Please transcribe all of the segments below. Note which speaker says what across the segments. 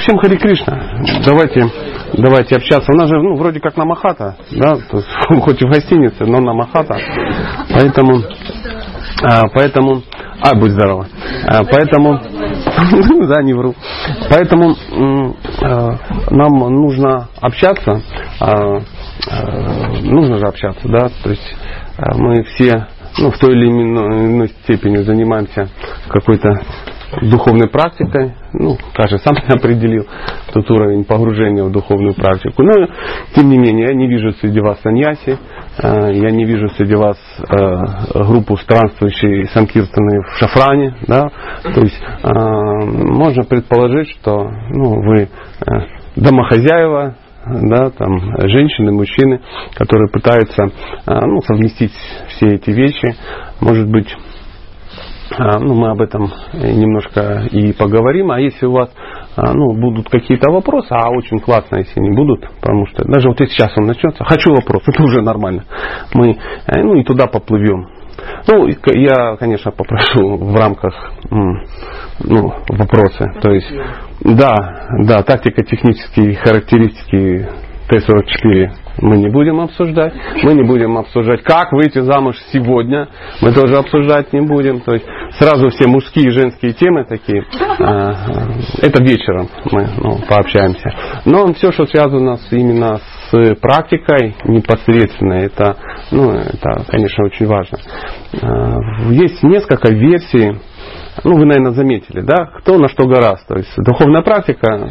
Speaker 1: Всем Хари Кришна. Давайте общаться. У нас же, вроде как Намахата, да, то есть, хоть и в гостинице, но Намахата. Поэтому, будь здорова. Поэтому, да, не вру. Поэтому нам нужно общаться. Нужно же общаться, да, то есть мы все, в той или иной степени занимаемся какой-то духовной практикой, каждый сам определил тот уровень погружения в духовную практику. Но, тем не менее, я не вижу среди вас саньяси, я не вижу среди вас группу странствующей санкиртаны в шафране, да, то есть можно предположить, что вы домохозяева, да, там, женщины, мужчины, которые пытаются совместить все эти вещи. Может быть, мы об этом немножко и поговорим. А если у вас будут какие-то вопросы, а очень классно, если не будут, потому что даже вот если сейчас он начнется, хочу вопрос, это уже нормально. Мы и туда поплывем. Я, конечно, попрошу в рамках вопросы. То есть, да, тактико-технические характеристики Т-44 мы не будем обсуждать. Мы не будем обсуждать, как выйти замуж сегодня. Мы тоже обсуждать не будем. То есть сразу все мужские и женские темы такие. Это вечером мы пообщаемся. Но все, что связано именно с практикой непосредственно, это, конечно, очень важно. Есть несколько версий. Вы, наверное, заметили, да? Кто на что гораст. То есть духовная практика,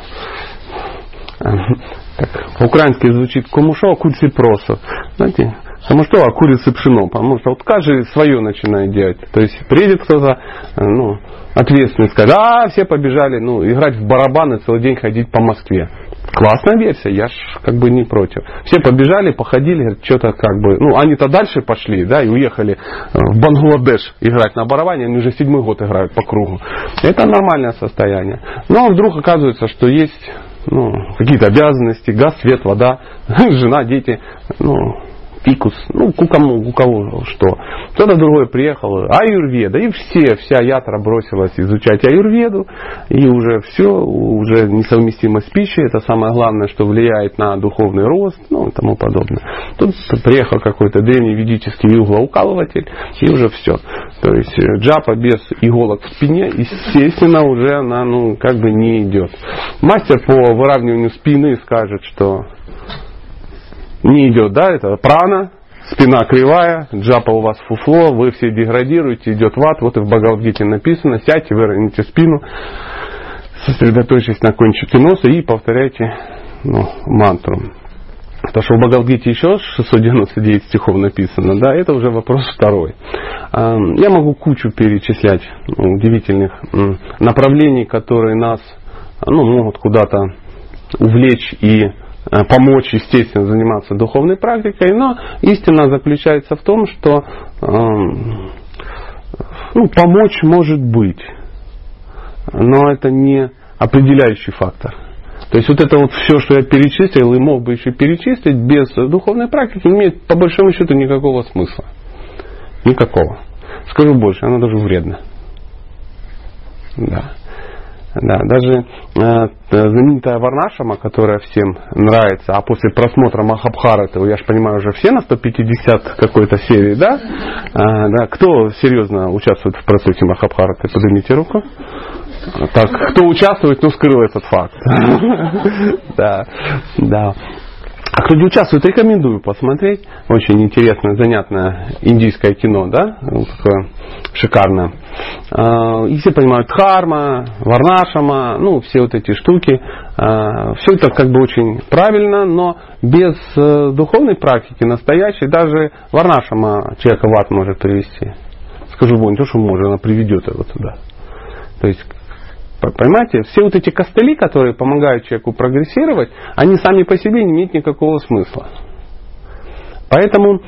Speaker 1: так, по-украински звучит «кому шо, а курице просо». Знаете, кому что, а курице пшено. Потому что каждый свое начинает делать. То есть приедет кто-то, ответственный, скажет, все побежали, играть в барабаны, целый день ходить по Москве. Классная версия, я ж не против. Все побежали, походили, говорят, что-то они-то дальше пошли, да, и уехали в Бангладеш играть на барабане, они уже 7-й год играют по кругу. Это нормальное состояние. Но вдруг оказывается, что есть какие-то обязанности, газ, свет, вода, жена, дети, фикус, у кого что. Кто-то другой приехал, аюрведа, и вся ятра бросилась изучать аюрведу, и уже все, уже несовместимо с пищей, это самое главное, что влияет на духовный рост, и тому подобное. Тут приехал какой-то древний ведический иглоукалыватель, и уже все. То есть джапа без иголок в спине, естественно, уже она, не идет. Мастер по выравниванию спины скажет, что не идет, да, это прана, спина кривая, джапа у вас фуфло, вы все деградируете, идет в ад. Вот и в Бхагавад-гите написано, сядьте, выровняйте спину, сосредоточьтесь на кончике носа и повторяйте мантру. Потому что в Бхагавад-гите еще 699 стихов написано, да, это уже вопрос второй. Я могу кучу перечислять удивительных направлений, которые нас могут куда-то увлечь и помочь, естественно, заниматься духовной практикой, но истина заключается в том, что помочь может быть, но это не определяющий фактор. То есть вот это вот все, что я перечислил и мог бы еще перечислить, без духовной практики не имеет по большому счету никакого смысла. Никакого. Скажу больше, она даже вредна. Да. Да, даже знаменитая Варнашама, которая всем нравится, а после просмотра Махабхараты, я же понимаю, уже все на 150 какой-то серии, да? Да? Кто серьезно участвует в процессе Махабхараты? Поднимите руку. Так, кто участвует, скрыл этот факт. Да. А кто не участвует, рекомендую посмотреть. Очень интересное, занятное индийское кино, да? Такое шикарное. И все понимают дхарма, варнашама, все вот эти штуки. Все это очень правильно, но без духовной практики настоящей даже варнашама человека в ад может привести. Скажу, не то, что может, она приведет его туда. То есть, понимаете, все вот эти костыли, которые помогают человеку прогрессировать, они сами по себе не имеют никакого смысла. Поэтому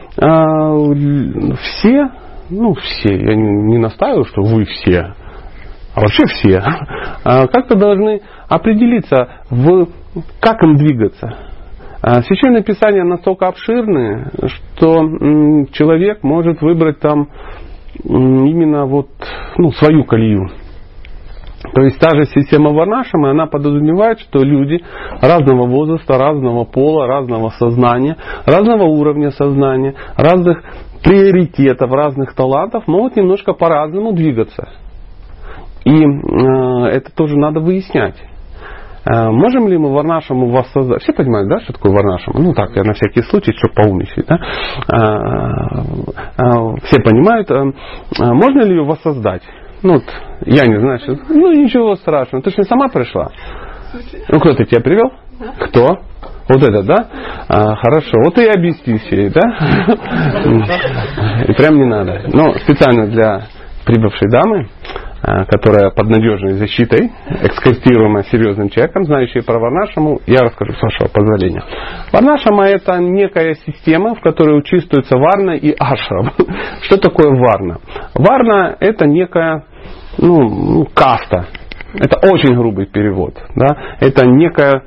Speaker 1: все, я не настаиваю, что вы все, а вообще все, как-то должны определиться, как им двигаться. Священное Писание настолько обширное, что человек может выбрать там именно свою колею. То есть та же система варнашрама, она подразумевает, что люди разного возраста, разного пола, разного сознания, разного уровня сознания, разных приоритетов, разных талантов могут немножко по-разному двигаться. И это тоже надо выяснять. Можем ли мы варнашраму воссоздать? Все понимают, да, что такое варнашрама? Ну так, я на всякий случай, чтобы поумничать. Да? Все понимают. Можно ли ее воссоздать? Ну, вот, я не знаю, что... Ну, ничего страшного. Ты же не сама пришла? Ну, кто-то тебя привел? Кто? Вот это, да? Хорошо. Вот и объяснись ей, да? И прям не надо. Но специально для прибывшей дамы, которая под надежной защитой, экскортируемая серьезным человеком, знающей про варнашраму, я расскажу, с вашего позволения. Варнашрама — это некая система, в которой участвуются варна и ашрам. Что такое варна? Варна — это некая каста. Это очень грубый перевод. Да? Это некая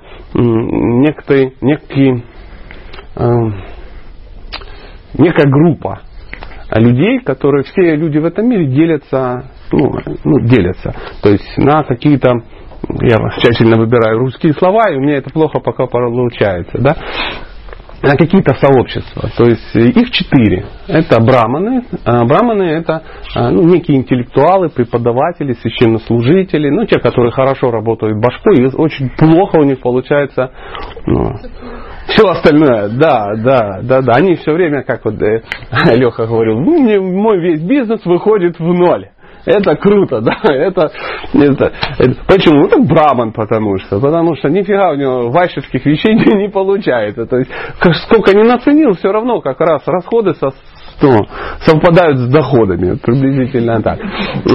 Speaker 1: группа людей, которые все люди в этом мире делятся, делятся. То есть на какие-то, я тщательно выбираю русские слова, и у меня это плохо пока получается, да? На какие-то сообщества. То есть их 4. Это браманы. Браманы — это некие интеллектуалы, преподаватели, священнослужители, те, которые хорошо работают башкой, и очень плохо у них получается все остальное. Да. Они все время, как вот Леха говорил, мой весь бизнес выходит в ноль. Это круто, да, это. Почему? Это браман, потому что нифига у него вайшевских вещей не получается. То есть, сколько ни наценил, все равно как раз расходы совпадают с доходами. Приблизительно так.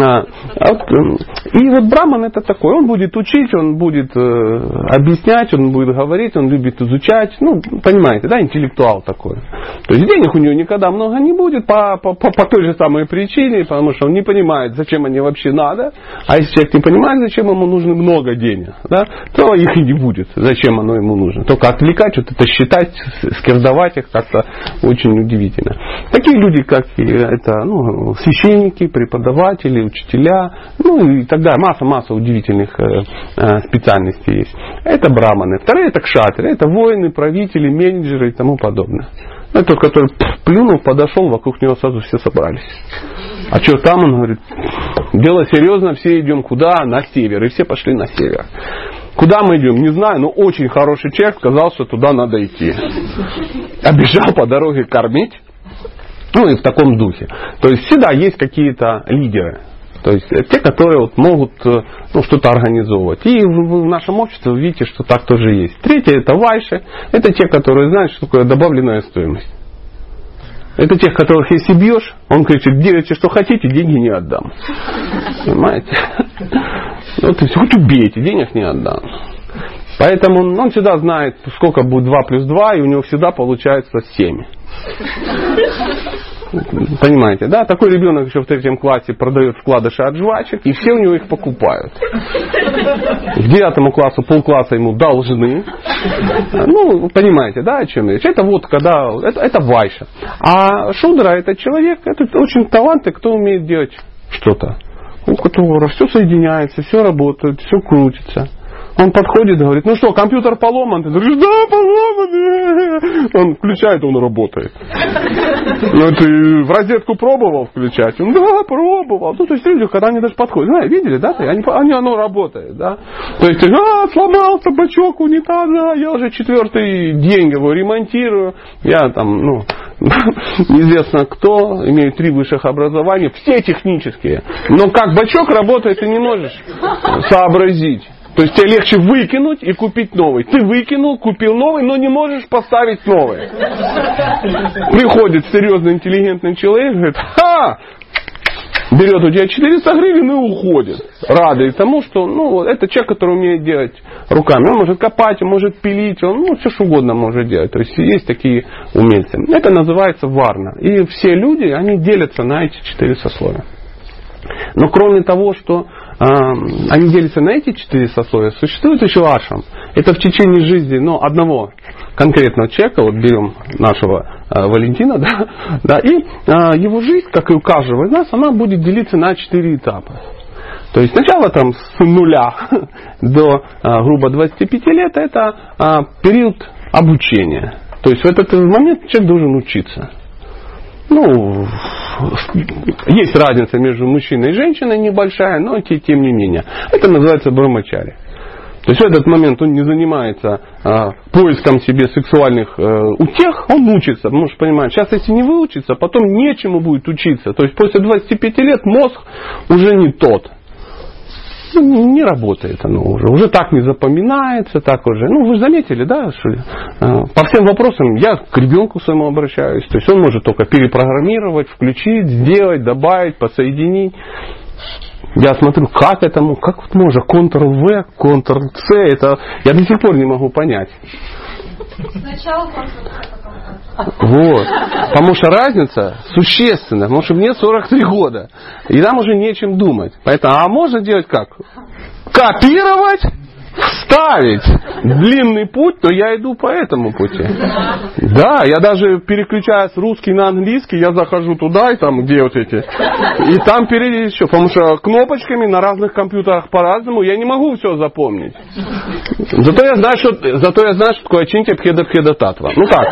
Speaker 1: И вот браман — это такой. Он будет учить, он будет объяснять, он будет говорить, он любит изучать. Понимаете, да, интеллектуал такой. То есть денег у него никогда много не будет по той же самой причине, потому что он не понимает, зачем они вообще надо. А если человек не понимает, зачем ему нужно много денег, да, то их и не будет. Зачем оно ему нужно? Только отвлекать, что-то считать, скирдовать их как-то очень удивительно. Такие люди, как это, священники, преподаватели, учителя, и так далее. Масса удивительных специальностей есть. Это браманы. Вторые — это кшатры. Это воины, правители, менеджеры и тому подобное. Это тот, который плюнул, подошел, вокруг него сразу все собрались. А что там? Он говорит, дело серьезно, все идем куда? На север. И все пошли на север. Куда мы идем? Не знаю, но очень хороший человек сказал, что туда надо идти. Обежал по дороге кормить. И в таком духе. То есть всегда есть какие-то лидеры. То есть те, которые могут что-то организовывать. И в нашем обществе вы видите, что так тоже есть. Третье — это вайши. Это те, которые знают, что такое добавленная стоимость. Это тех, которых если бьешь, он кричит, делайте, что хотите, деньги не отдам. Понимаете? То есть хоть убейте, денег не отдам. Поэтому он всегда знает, сколько будет 2 плюс 2, и у него всегда получается 7. Понимаете, да? Такой ребенок еще в 3 классе продает вкладыши от жвачек, и все у него их покупают. К 9 классу полкласса ему должны. Понимаете, да, о чем речь? Это вот когда... Это вайша. А шудра — это человек, это очень талантливый, кто умеет делать что-то. У которого все соединяется, все работает, все крутится. Он подходит и говорит, что, компьютер поломан? Ты говоришь, да, поломан. Он включает, он работает. Ты в розетку пробовал включать? Он, да, пробовал. То есть люди, когда они даже подходят, видели, да? Оно работает, да? То есть, сломался бачок унитаза, я уже 4-й день его ремонтирую. Я там, неизвестно кто, имею 3 высших образования, все технические. Но как бачок работает, ты не можешь сообразить. То есть тебе легче выкинуть и купить новый. Ты выкинул, купил новый, но не можешь поставить новый. Приходит серьезный интеллигентный человек, говорит, берет у тебя 400 гривен и уходит. Радует тому, что это человек, который умеет делать руками. Он может копать, он может пилить, он все что угодно может делать. То есть есть такие умельцы. Это называется варна. И все люди, они делятся на эти 4 сословия. Но кроме того, что они делятся на эти 4 сословия, существует еще ашрам. Это в течение жизни одного конкретного человека, вот берем нашего Валентина, и его жизнь, как и у каждого из нас, она будет делиться на 4 этапа. То есть сначала там с 0 до грубо 25 лет это период обучения. То есть в этот момент человек должен учиться. Ну, есть разница между мужчиной и женщиной небольшая, но тем не менее. Это называется брамачари. То есть в этот момент он не занимается поиском себе сексуальных утех, он учится, потому что понимает, сейчас если не выучится, потом нечему будет учиться. То есть после 25 лет мозг уже не тот. Не работает оно уже так не запоминается, так уже. Ну, вы же заметили, да, что по всем вопросам я к ребенку своему обращаюсь. То есть он может только перепрограммировать, включить, сделать, добавить, посоединить. Я смотрю, как вот можно Ctrl-V, Ctrl-C, это я до сих пор не могу понять.
Speaker 2: Сначала Ctrl-C,
Speaker 1: вот. Потому что разница существенная. Потому что мне 43 года. И нам уже нечем думать. Поэтому, можно делать как? Копировать, вставить. Длинный путь, то я иду по этому пути. Да, я даже переключаю с русский на английский, я захожу туда, и там где вот эти. И там еще. Потому что кнопочками на разных компьютерах по-разному я не могу все запомнить. Зато я знаю, что такое Ачинтя Бхеда Татва. Ну так.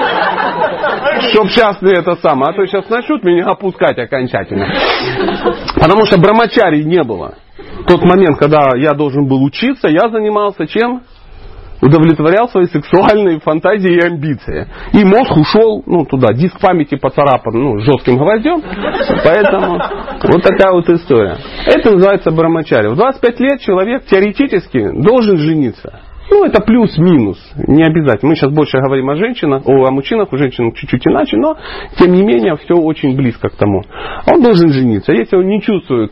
Speaker 1: Чтоб сейчас это самое. А то сейчас начнут меня опускать окончательно. Потому что брамачари не было. В тот момент, когда я должен был учиться, я занимался чем? Удовлетворял свои сексуальные фантазии и амбиции. И мозг ушел туда. Диск памяти поцарапан жестким гвоздем. Поэтому вот такая вот история. Это называется брамачари. В 25 лет человек теоретически должен жениться. Это плюс-минус. Не обязательно. Мы сейчас больше говорим о женщинах, о мужчинах, у женщин чуть-чуть иначе, но тем не менее все очень близко к тому. Он должен жениться. Если он не чувствует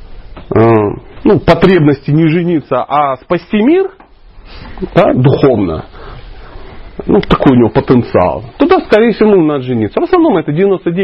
Speaker 1: потребности не жениться, а спасти мир, да, духовно, такой у него потенциал, тогда, скорее всего, надо жениться. В основном это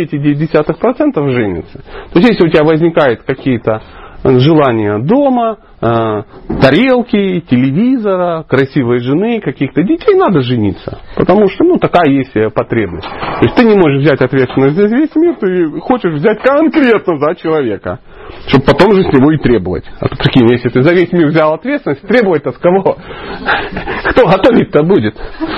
Speaker 1: 99,9% женится. То есть, если у тебя возникают какие-то желания дома, тарелки, телевизора, красивой жены, каких-то детей, надо жениться. Потому что, такая есть потребность. То есть, ты не можешь взять ответственность за весь мир, ты хочешь взять конкретно за человека. Чтобы потом же с него и требовать. А то прикинь, если ты за весь мир взял ответственность, требовать-то с кого? Кто готовить-то будет?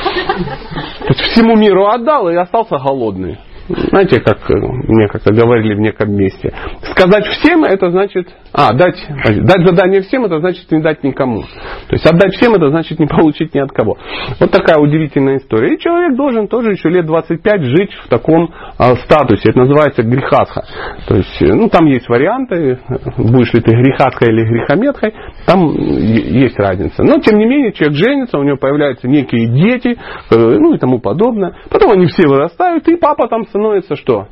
Speaker 1: То есть всему миру отдал и остался голодный. Знаете, как мне как-то говорили в неком месте. Сказать всем, это значит... дать задание всем, это значит не дать никому. То есть отдать всем, это значит не получить ни от кого. Вот такая удивительная история. И человек должен тоже еще лет 25 жить в таком статусе. Это называется грихастха. То есть, там есть варианты. Будешь ли ты грихасткой или грехометкой. Там есть разница. Но, тем не менее, человек женится, у него появляются некие дети, и тому подобное. Потом они все вырастают, и папа там становится что?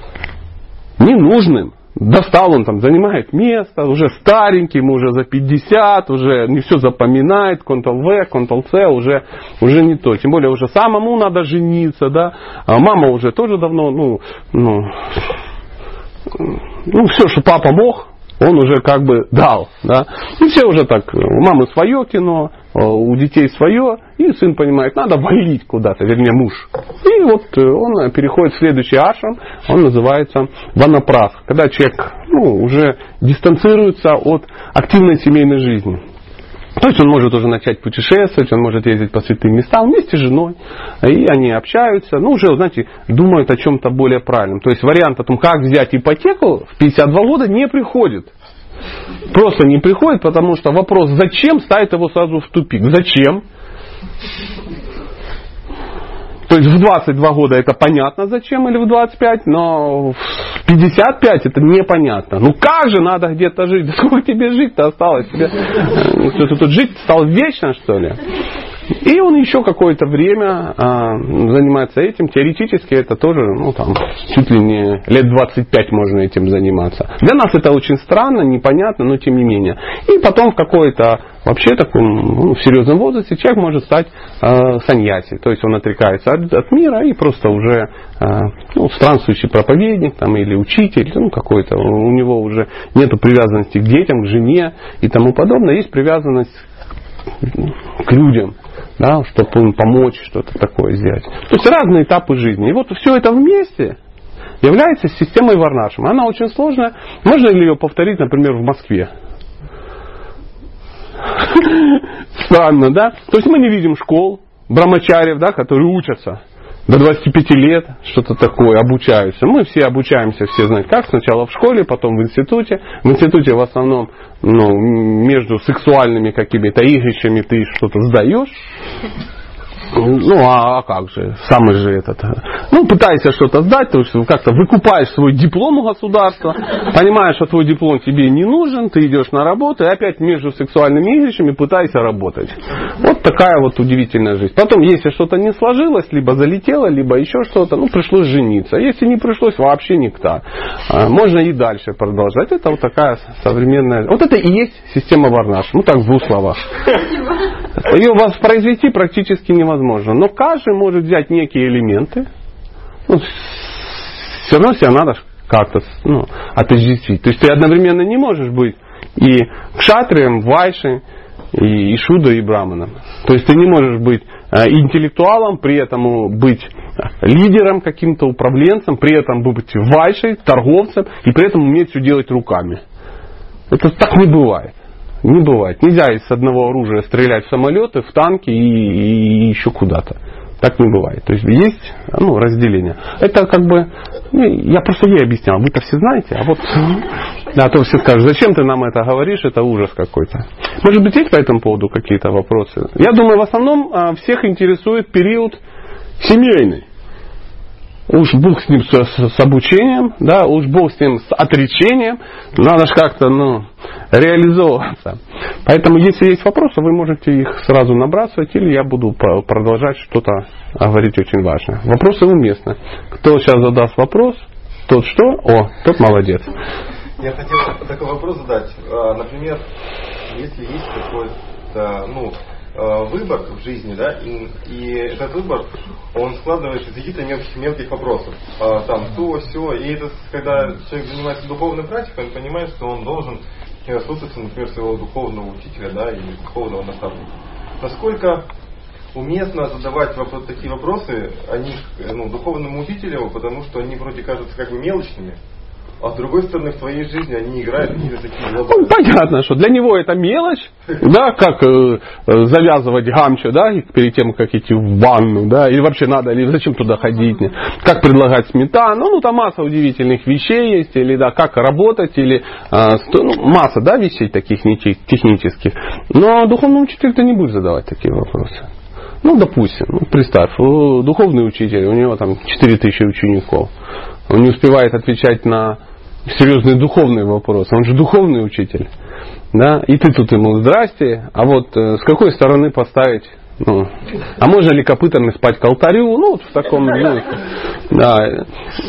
Speaker 1: Ненужным. Достал он там, занимает место, уже старенький, ему уже за 50, уже не все запоминает, Ctrl-V, Ctrl-C, уже не то. Тем более уже самому надо жениться, да. А мама уже тоже давно, все, что папа мог, он уже как бы дал, да. И все уже так, у мамы свое кино, у детей свое, и сын понимает, надо валить куда-то, вернее муж. И вот он переходит в следующий ашрам, он называется ванапрас, когда человек уже дистанцируется от активной семейной жизни. То есть он может уже начать путешествовать, он может ездить по святым местам вместе с женой, и они общаются, уже, знаете, думают о чем-то более правильном. То есть вариант о том, как взять ипотеку в 52 года не приходит. Просто не приходит, потому что вопрос «зачем?» ставит его сразу в тупик. Зачем? То есть в 22 года это понятно зачем или в 25, но в 55 это непонятно. Как же надо где-то жить? Сколько тебе жить-то осталось? Тебе тут жить стало вечно, что ли? И он еще какое-то время занимается этим. Теоретически это тоже, чуть ли не лет 25 можно этим заниматься. Для нас это очень странно, непонятно, но тем не менее. И потом в какой-то вообще таком в серьезном возрасте человек может стать саньяси. То есть он отрекается от мира и просто уже странствующий проповедник или учитель, какой-то. У него уже нет привязанности к детям, к жене и тому подобное. Есть привязанность к людям. Да, чтобы им помочь, что-то такое сделать. То есть разные этапы жизни. И вот все это вместе является системой варнашрама. Она очень сложная. Можно ли ее повторить, например, в Москве? Странно, да? То есть мы не видим школ, брамачарьев, да, которые учатся до 25 лет, что-то такое, обучаются. Мы все обучаемся, все знают как. Сначала в школе, потом в институте. В институте в основном между сексуальными какими-то игрищами ты что-то сдаешь. А как же? Самый же этот. Пытаешься что-то сдать, то есть как-то выкупаешь свой диплом у государства, понимаешь, что твой диплом тебе не нужен, ты идешь на работу и опять между сексуальными игрищами пытаешься работать. Вот такая вот удивительная жизнь. Потом, если что-то не сложилось, либо залетело, либо еще что-то, пришлось жениться. Если не пришлось, вообще никто. Можно и дальше продолжать. Это вот такая современная... Вот это и есть система Варнашрам. Так в двух словах. Ее воспроизвести практически невозможно. Но каждый может взять некие элементы. Все равно себя надо как-то отождествить. То есть ты одновременно не можешь быть и кшатрием, вайшей, и шудой, и браманом. То есть ты не можешь быть интеллектуалом, при этом быть лидером, каким-то управленцем, при этом быть вайшей, торговцем, и при этом уметь все делать руками. Это так не бывает. Не бывает. Нельзя из одного оружия стрелять в самолеты, в танки и еще куда-то. Так не бывает. То есть есть разделение. Это как бы... я просто ей объяснял. Вы-то все знаете. А то все скажут, зачем ты нам это говоришь, это ужас какой-то. Может быть, есть по этому поводу какие-то вопросы? Я думаю, в основном всех интересует период семейный. Уж Бог с ним с обучением, да, уж Бог с ним с отречением. Надо же как-то реализовываться. Поэтому, если есть вопросы, вы можете их сразу набрасывать, или я буду продолжать что-то говорить очень важное. Вопросы уместны. Кто сейчас задаст вопрос, тот что? Тот молодец.
Speaker 3: Я хотел такой вопрос задать. Например, если есть какой-то, выбор в жизни, да, и этот выбор, он складывается из каких-то мелких вопросов. Там то, сё, и это, когда человек занимается духовной практикой, он понимает, что он должен слушаться, например, своего духовного учителя, да, или духовного наставника. Насколько уместно задавать такие вопросы духовному учителю, потому что они вроде кажутся как бы мелочными, а с другой стороны, в твоей жизни они играют какие-то такие глобальные.
Speaker 1: Понятно, что для него это мелочь, да, как завязывать гамчу, да, перед тем, как идти в ванну, да, или вообще надо, или зачем туда ходить, как предлагать сметану, там масса удивительных вещей есть, или да, как работать, или масса, да, вещей таких технических. Но духовный учитель-то не будет задавать такие вопросы. Допустим, представь, духовный учитель, у него там 4000 учеников. Он не успевает отвечать на серьезные духовные вопросы. Он же духовный учитель. Да? И ты тут ему здрасте. А вот с какой стороны поставить... а можно ли копытами спать к алтарю? В таком... да.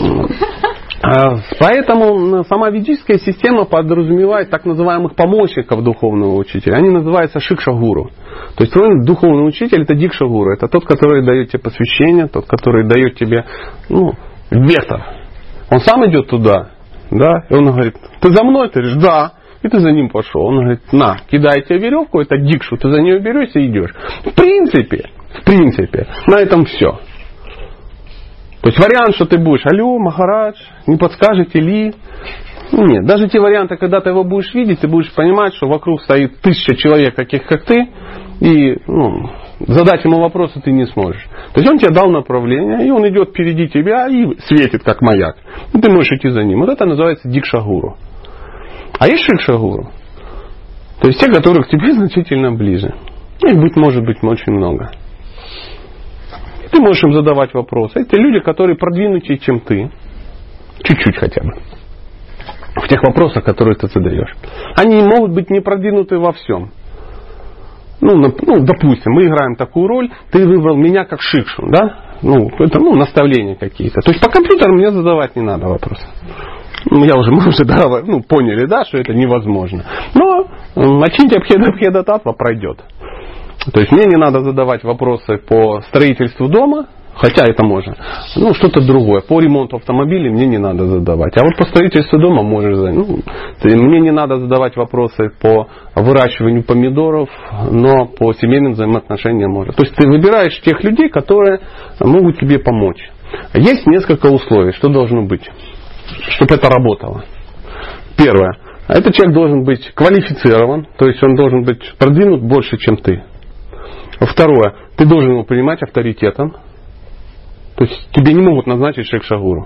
Speaker 1: Поэтому сама ведическая система подразумевает так называемых помощников духовного учителя. Они называются шикша-гуру. То есть твой духовный учитель — это дикша-гуру. Это тот, который дает тебе посвящение, тот, который дает тебе вектор. Он сам идет туда, да, и он говорит, ты за мной? Ты говоришь, да. И ты за ним пошел. Он говорит, кидай тебе веревку, это дикшу, ты за нее берешься и идешь. В принципе, на этом все. То есть вариант, что ты будешь, алло, Махарадж, не подскажете ли? Нет, даже те варианты, когда ты его будешь видеть, ты будешь понимать, что вокруг стоит 1000 человек, таких как ты, и задать ему вопросы ты не сможешь. То есть он тебе дал направление, и он идет впереди тебя и светит как маяк. И ты можешь идти за ним. Вот это называется дикша-гуру. А есть шикша-гуру. То есть те, которые к тебе значительно ближе. Их может быть очень много. Ты можешь им задавать вопросы. Это люди, которые продвинутее, чем ты. Чуть-чуть хотя бы. В тех вопросах, которые ты задаешь. Они могут быть не продвинуты во всем. Допустим, мы играем такую роль, ты выбрал меня как шикшу, да? Это наставления какие-то. То есть по компьютеру мне задавать не надо вопросы. Мы уже поняли, да, что это невозможно. Но Ачинтя Бхеда Татва пройдет. То есть мне не надо задавать вопросы по строительству дома, хотя это можно. Что-то другое. По ремонту автомобиля мне не надо задавать. А вот по строительству дома можешь задать. Мне не надо задавать вопросы по выращиванию помидоров, но по семейным взаимоотношениям можно. То есть ты выбираешь тех людей, которые могут тебе помочь. Есть несколько условий, что должно быть, чтобы это работало. Первое. Этот человек должен быть квалифицирован, то есть он должен быть продвинут больше, чем ты. Второе, ты должен его принимать авторитетом. То есть тебе не могут назначить шикша-гуру.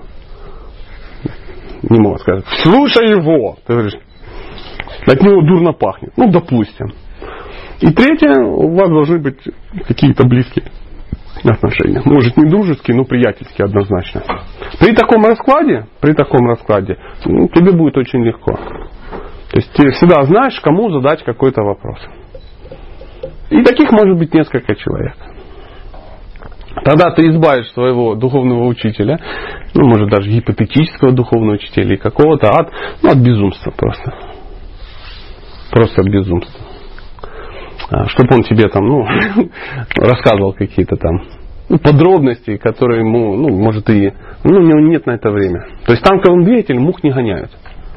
Speaker 1: Не могут сказать, слушай его. Ты говоришь, от него дурно пахнет. Ну, допустим. И третье, у вас должны быть какие-то близкие отношения. Может, не дружеские, но приятельские однозначно. При таком раскладе тебе будет очень легко. То есть ты всегда знаешь, кому задать какой-то вопрос. И таких может быть несколько человек. Тогда ты избавишь своего духовного учителя, ну, может, даже гипотетического духовного учителя или какого-то от безумства просто. Просто от безумства. Чтобы он тебе там, рассказывал какие-то там подробности, которые ему, может, и у него нет на это время. То есть танковым двигателем мух не гоняют.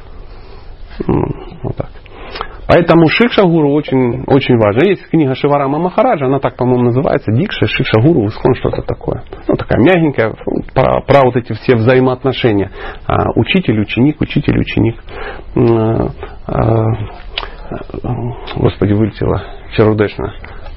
Speaker 1: Вот так. Поэтому шикша-гуру очень, очень важно. Есть книга Шиварама Махараджа, она так, по-моему, называется Дикша, шикша-гуру, Искон, что-то такое. Такая мягенькая, про вот эти все взаимоотношения. Учитель-ученик, учитель-ученик. Господи, вылетела Чарудешна.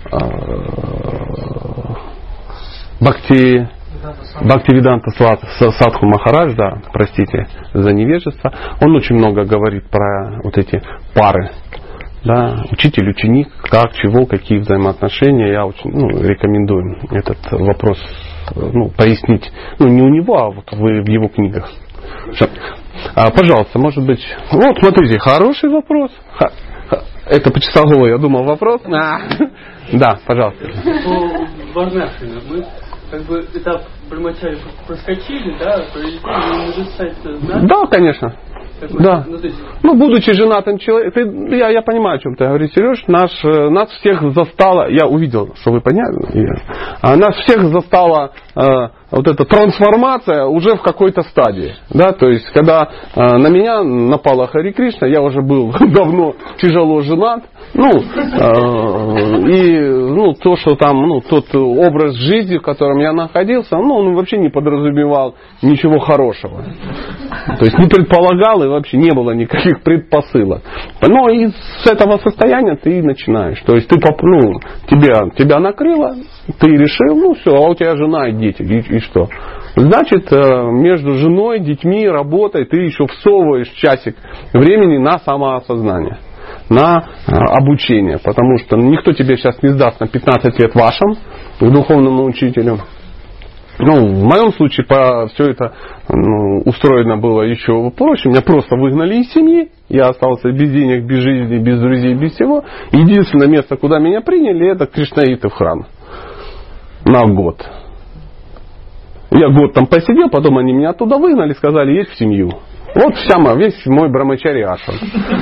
Speaker 1: Бхактивиданта Садху Махарадж, да, простите за невежество, он очень много говорит про вот эти пары. Да, учитель, ученик, как, чего, какие взаимоотношения. Я очень рекомендую этот вопрос пояснить. Не у него, а вот в его книгах. Пожалуйста, может быть. Вот, смотрите, хороший вопрос. Это почесал голову, я думал, вопрос. Да, пожалуйста.
Speaker 4: По Варнашину мы этап Брамачари проскочили, да,
Speaker 1: да, конечно. Да. Будучи женатым человеком, я понимаю, о чем ты говоришь, Сереж, нас всех застала, я увидел, что вы поняли, нас всех застала вот эта трансформация уже в какой-то стадии. Да? То есть, когда на меня напала Хари Кришна, я уже был давно тяжело женат, то, что там, тот образ жизни, в котором я находился, он вообще не подразумевал ничего хорошего. То есть не предполагал и вообще не было никаких предпосылок. Но и с этого состояния ты и начинаешь. То есть ты тебя накрыло, ты решил, все, а у тебя жена и дети, и что? Значит, между женой, детьми, работой ты еще всовываешь часик времени на самоосознание, на обучение. Потому что никто тебе сейчас не сдаст на 15 лет вашим к духовному учителю. В моем случае все это устроено было еще проще. Меня просто выгнали из семьи. Я остался без денег, без жизни, без друзей, без всего. Единственное место, куда меня приняли, это Кришнаиты в храм. На год. Я год там посидел, потом они меня оттуда выгнали, сказали, едь в семью. Вот весь мой Брамачари ашрам.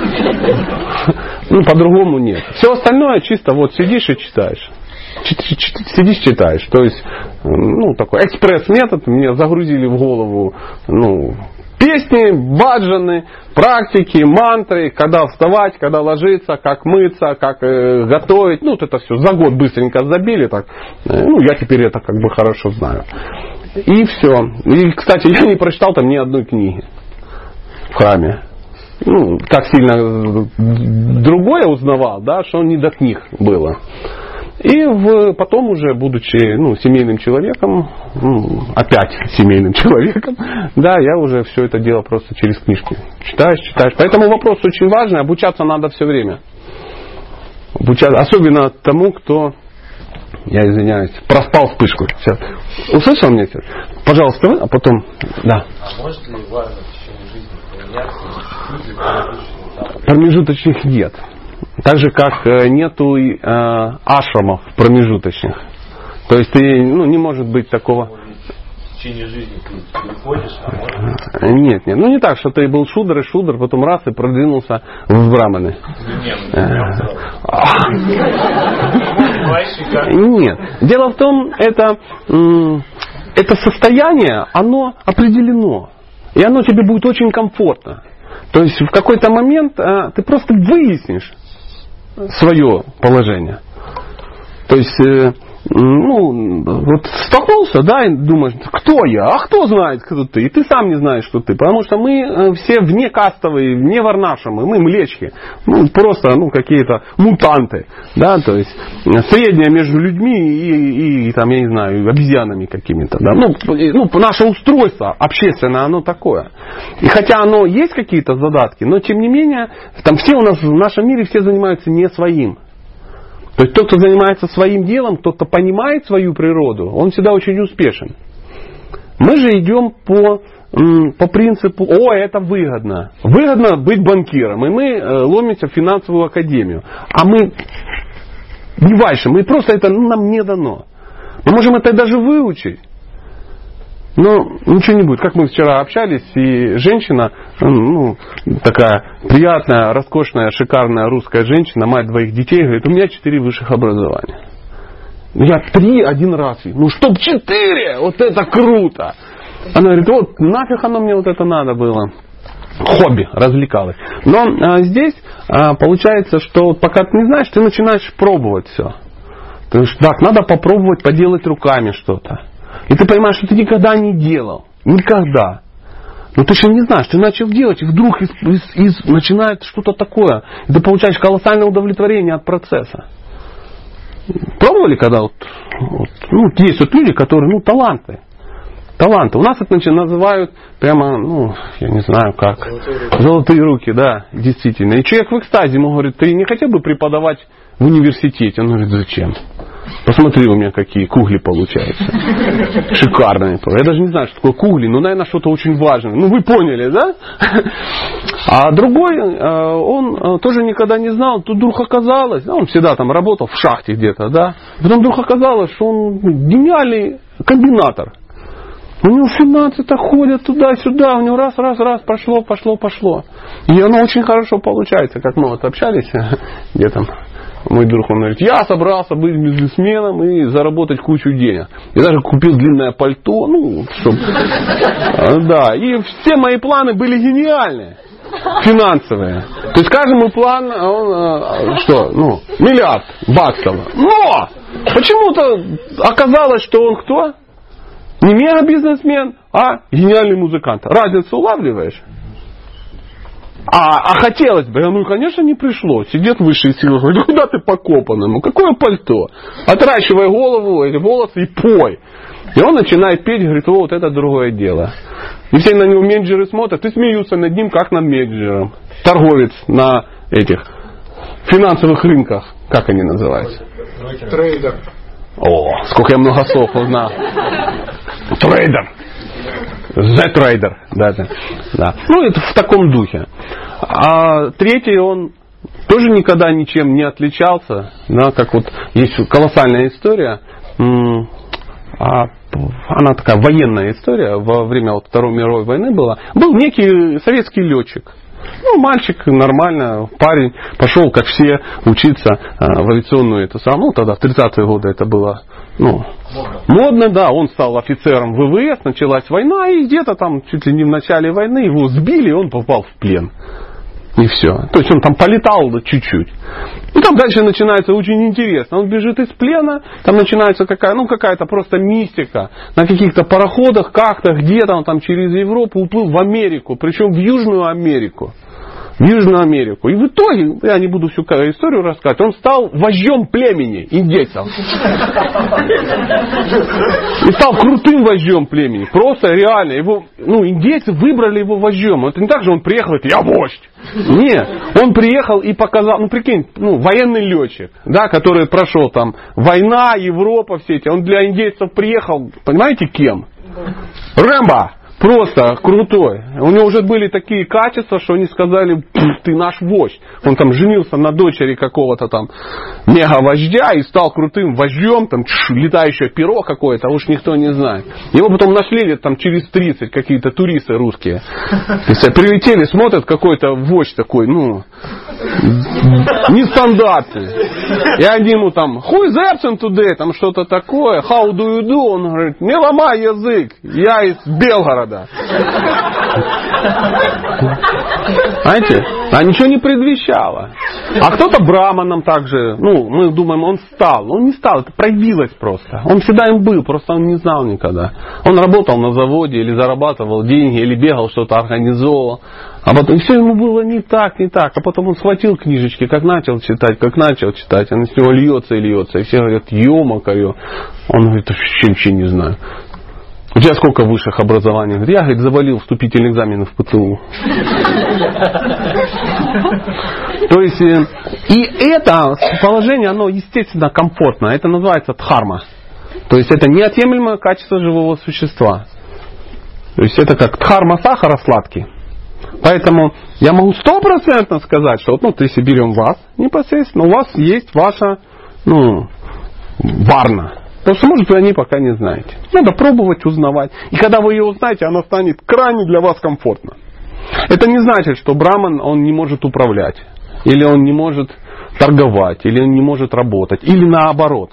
Speaker 1: По-другому нет. Все остальное чисто сидишь и читаешь. Сидишь, читаешь. То есть, такой экспресс-метод. Мне загрузили в голову, песни, баджаны, практики, мантры, когда вставать, когда ложиться, как мыться, как готовить. Это все за год быстренько забили. Так. Я теперь это хорошо знаю. И все. И, кстати, я не прочитал там ни одной книги в храме. Так сильно другое узнавал, да, что не до книг было. И потом уже, будучи семейным человеком, опять семейным человеком, да, я уже все это дело просто через книжки читаешь. Поэтому вопрос очень важный, обучаться надо все время. Особенно тому, кто, я извиняюсь, проспал вспышку. Сейчас. Услышал меня сейчас? Пожалуйста, вы, а потом, да.
Speaker 5: А может ли важно в течение жизни поменяться?
Speaker 1: Промежуточных нет. Так же, как нету ашрамов промежуточных. То есть ты, не может быть такого...
Speaker 5: В течение жизни ты переходишь, а может...
Speaker 1: Нет. Не так, что ты был шудр, потом раз и продвинулся в браманы. Нет. Дело в том, это состояние, оно определено. И оно тебе будет очень комфортно. То есть в какой-то момент ты просто выяснишь свое положение. То есть вот столкнулся, да, и думаешь, кто я, а кто знает, кто ты, и ты сам не знаешь, кто ты, потому что мы все вне кастовые, вне варнашамы, мы млечки, просто, какие-то мутанты, да, то есть среднее между людьми и там, я не знаю, обезьянами какими-то, да, наше устройство общественное, оно такое, и хотя оно есть какие-то задатки, но тем не менее, там все у нас в нашем мире все занимаются не своим. То есть тот, кто занимается своим делом, тот, кто понимает свою природу, он всегда очень успешен. Мы же идем по принципу, это выгодно. Выгодно быть банкиром. И мы ломимся в финансовую академию. А мы не дальше. Мы просто это нам не дано. Мы можем это даже выучить. Но ничего не будет. Как мы вчера общались, и женщина, такая приятная, роскошная, шикарная русская женщина, мать 2 детей, говорит, у меня 4 высших образования. Я 3 один раз. Чтоб 4! Вот это круто! Она говорит, нафиг оно мне вот это надо было. Хобби, развлекалась. Но здесь получается, что пока ты не знаешь, ты начинаешь пробовать все. То есть, так, надо попробовать поделать руками что-то. И ты понимаешь, что ты никогда не делал. Никогда. Но ты еще не знаешь, ты начал делать, и вдруг начинает что-то такое. И ты получаешь колоссальное удовлетворение от процесса. Пробовали, когда есть люди, которые, таланты. Таланты. У нас это называют прямо, я не знаю как. Золотые руки, да, действительно. И человек в экстазе ему говорит, ты не хотел бы преподавать в университете? Он говорит, зачем? Посмотри, у меня какие кугли получаются. Шикарные. Я даже не знаю, что такое кугли, но, наверное, что-то очень важное. Вы поняли, да? А другой, он тоже никогда не знал. Тут вдруг оказалось, он всегда там работал в шахте где-то, да. Потом вдруг оказалось, что он гениальный комбинатор. У него финансы-то ходят туда-сюда, у него раз, пошло. И оно очень хорошо получается, как мы общались, где там. Мой друг, он говорит, я собрался быть бизнесменом и заработать кучу денег. И даже купил длинное пальто, чтобы... Да, и все мои планы были гениальные, финансовые. То есть каждый мой план, $1 миллиард баксов. Но почему-то оказалось, что он кто? Не мега-бизнесмен, а гениальный музыкант. Разницу улавливаешь? А хотелось бы, конечно, не пришло. Сидит высшие силы, говорит, куда ты покопанный? Какое пальто? Отращивай голову, эти волосы и пой. И он начинает петь, говорит, вот это другое дело. И все на него менеджеры смотрят и смеются над ним, как над менеджером. Торговец на этих финансовых рынках. Как они называются?
Speaker 3: Трейдер.
Speaker 1: О, сколько я много слов узнал. Трейдер. Z-Trader. Да. Это в таком духе. А третий, он тоже никогда ничем не отличался. Да, как есть колоссальная история. Она такая военная история. Во время Второй мировой войны была. Был некий советский летчик. Мальчик, нормально, парень. Пошел, как все, учиться в авиационную тогда в 30-е годы это было модно, да. Он стал офицером ВВС, началась война, и где-то там чуть ли не в начале войны его сбили, и он попал в плен. И все. То есть он там полетал чуть-чуть. И там дальше начинается очень интересно. Он бежит из плена, там начинается какая-то просто мистика. На каких-то пароходах, как-то, где-то он там через Европу уплыл в Америку, причем в Южную Америку. В Южную Америку. И в итоге, я не буду всю историю рассказывать, он стал вождем племени индейцев. И стал крутым вождем племени. Просто реально. Индейцы выбрали его вождем. Это не так же он приехал и говорит, я вождь. Нет. Он приехал и показал, прикинь, военный летчик, да, который прошел там война, Европа, все эти. Он для индейцев приехал, понимаете, кем? Рэмбо. Просто крутой. У него уже были такие качества, что они сказали, ты наш вождь. Он там женился на дочери какого-то там мега-вождя и стал крутым вождем, там летающее перо какое-то, уж никто не знает. Его потом нашли лет там через 30 какие-то туристы русские. То есть прилетели, смотрят, какой-то вождь такой, нестандартный. И они ему там, who is absent today, там что-то такое, how do you do? Он говорит, не ломай язык, я из Белгорода. никогда. Знаете? А ничего не предвещало. А кто-то браманом также, мы думаем, он стал. Он не стал, это проявилось просто. Он всегда им был, просто он не знал никогда. Он работал на заводе, или зарабатывал деньги, или бегал, что-то организовывал. А потом все ему было не так. А потом он схватил книжечки, как начал читать, она с него льется и льется. И все говорят, ё-макарё. Он говорит, вообще не знаю. У тебя сколько высших образований? Говорит, я, завалил вступительные экзамены в ПЦУ. То есть, и это положение, оно естественно комфортно. Это называется дхарма. То есть, это неотъемлемое качество живого существа. То есть, это как дхарма сахара сладкий. Поэтому я могу 100% сказать, что если берем вас непосредственно, у вас есть ваша, варна. Потому что, может, вы о ней пока не знаете. Надо пробовать, узнавать. И когда вы ее узнаете, она станет крайне для вас комфортна. Это не значит, что браман, он не может управлять. Или он не может торговать. Или он не может работать. Или наоборот.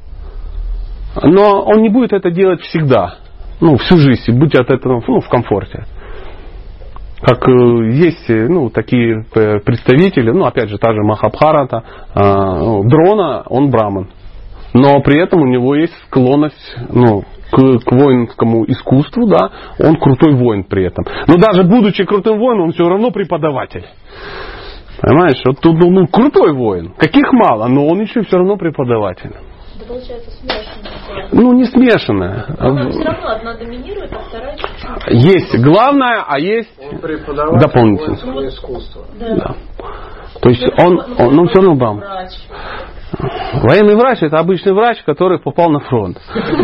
Speaker 1: Но он не будет это делать всегда. Всю жизнь. Будьте от этого в комфорте. Как есть такие представители, опять же, та же Махабхарата, Дрона, он браман. Но при этом у него есть склонность к воинскому искусству, да, он крутой воин при этом. Но даже будучи крутым воином, он все равно преподаватель. Понимаешь, вот тут крутой воин. Каких мало, но он еще все равно преподаватель.
Speaker 2: Это получается смешанное.
Speaker 1: Не смешанное.
Speaker 2: Но все равно одна доминирует, а вторая чуть-чуть.
Speaker 1: Есть главное, а есть дополнительное.
Speaker 6: Искусство.
Speaker 1: Да. То есть он все равно браман. Военный врач — это обычный врач, который попал на фронт.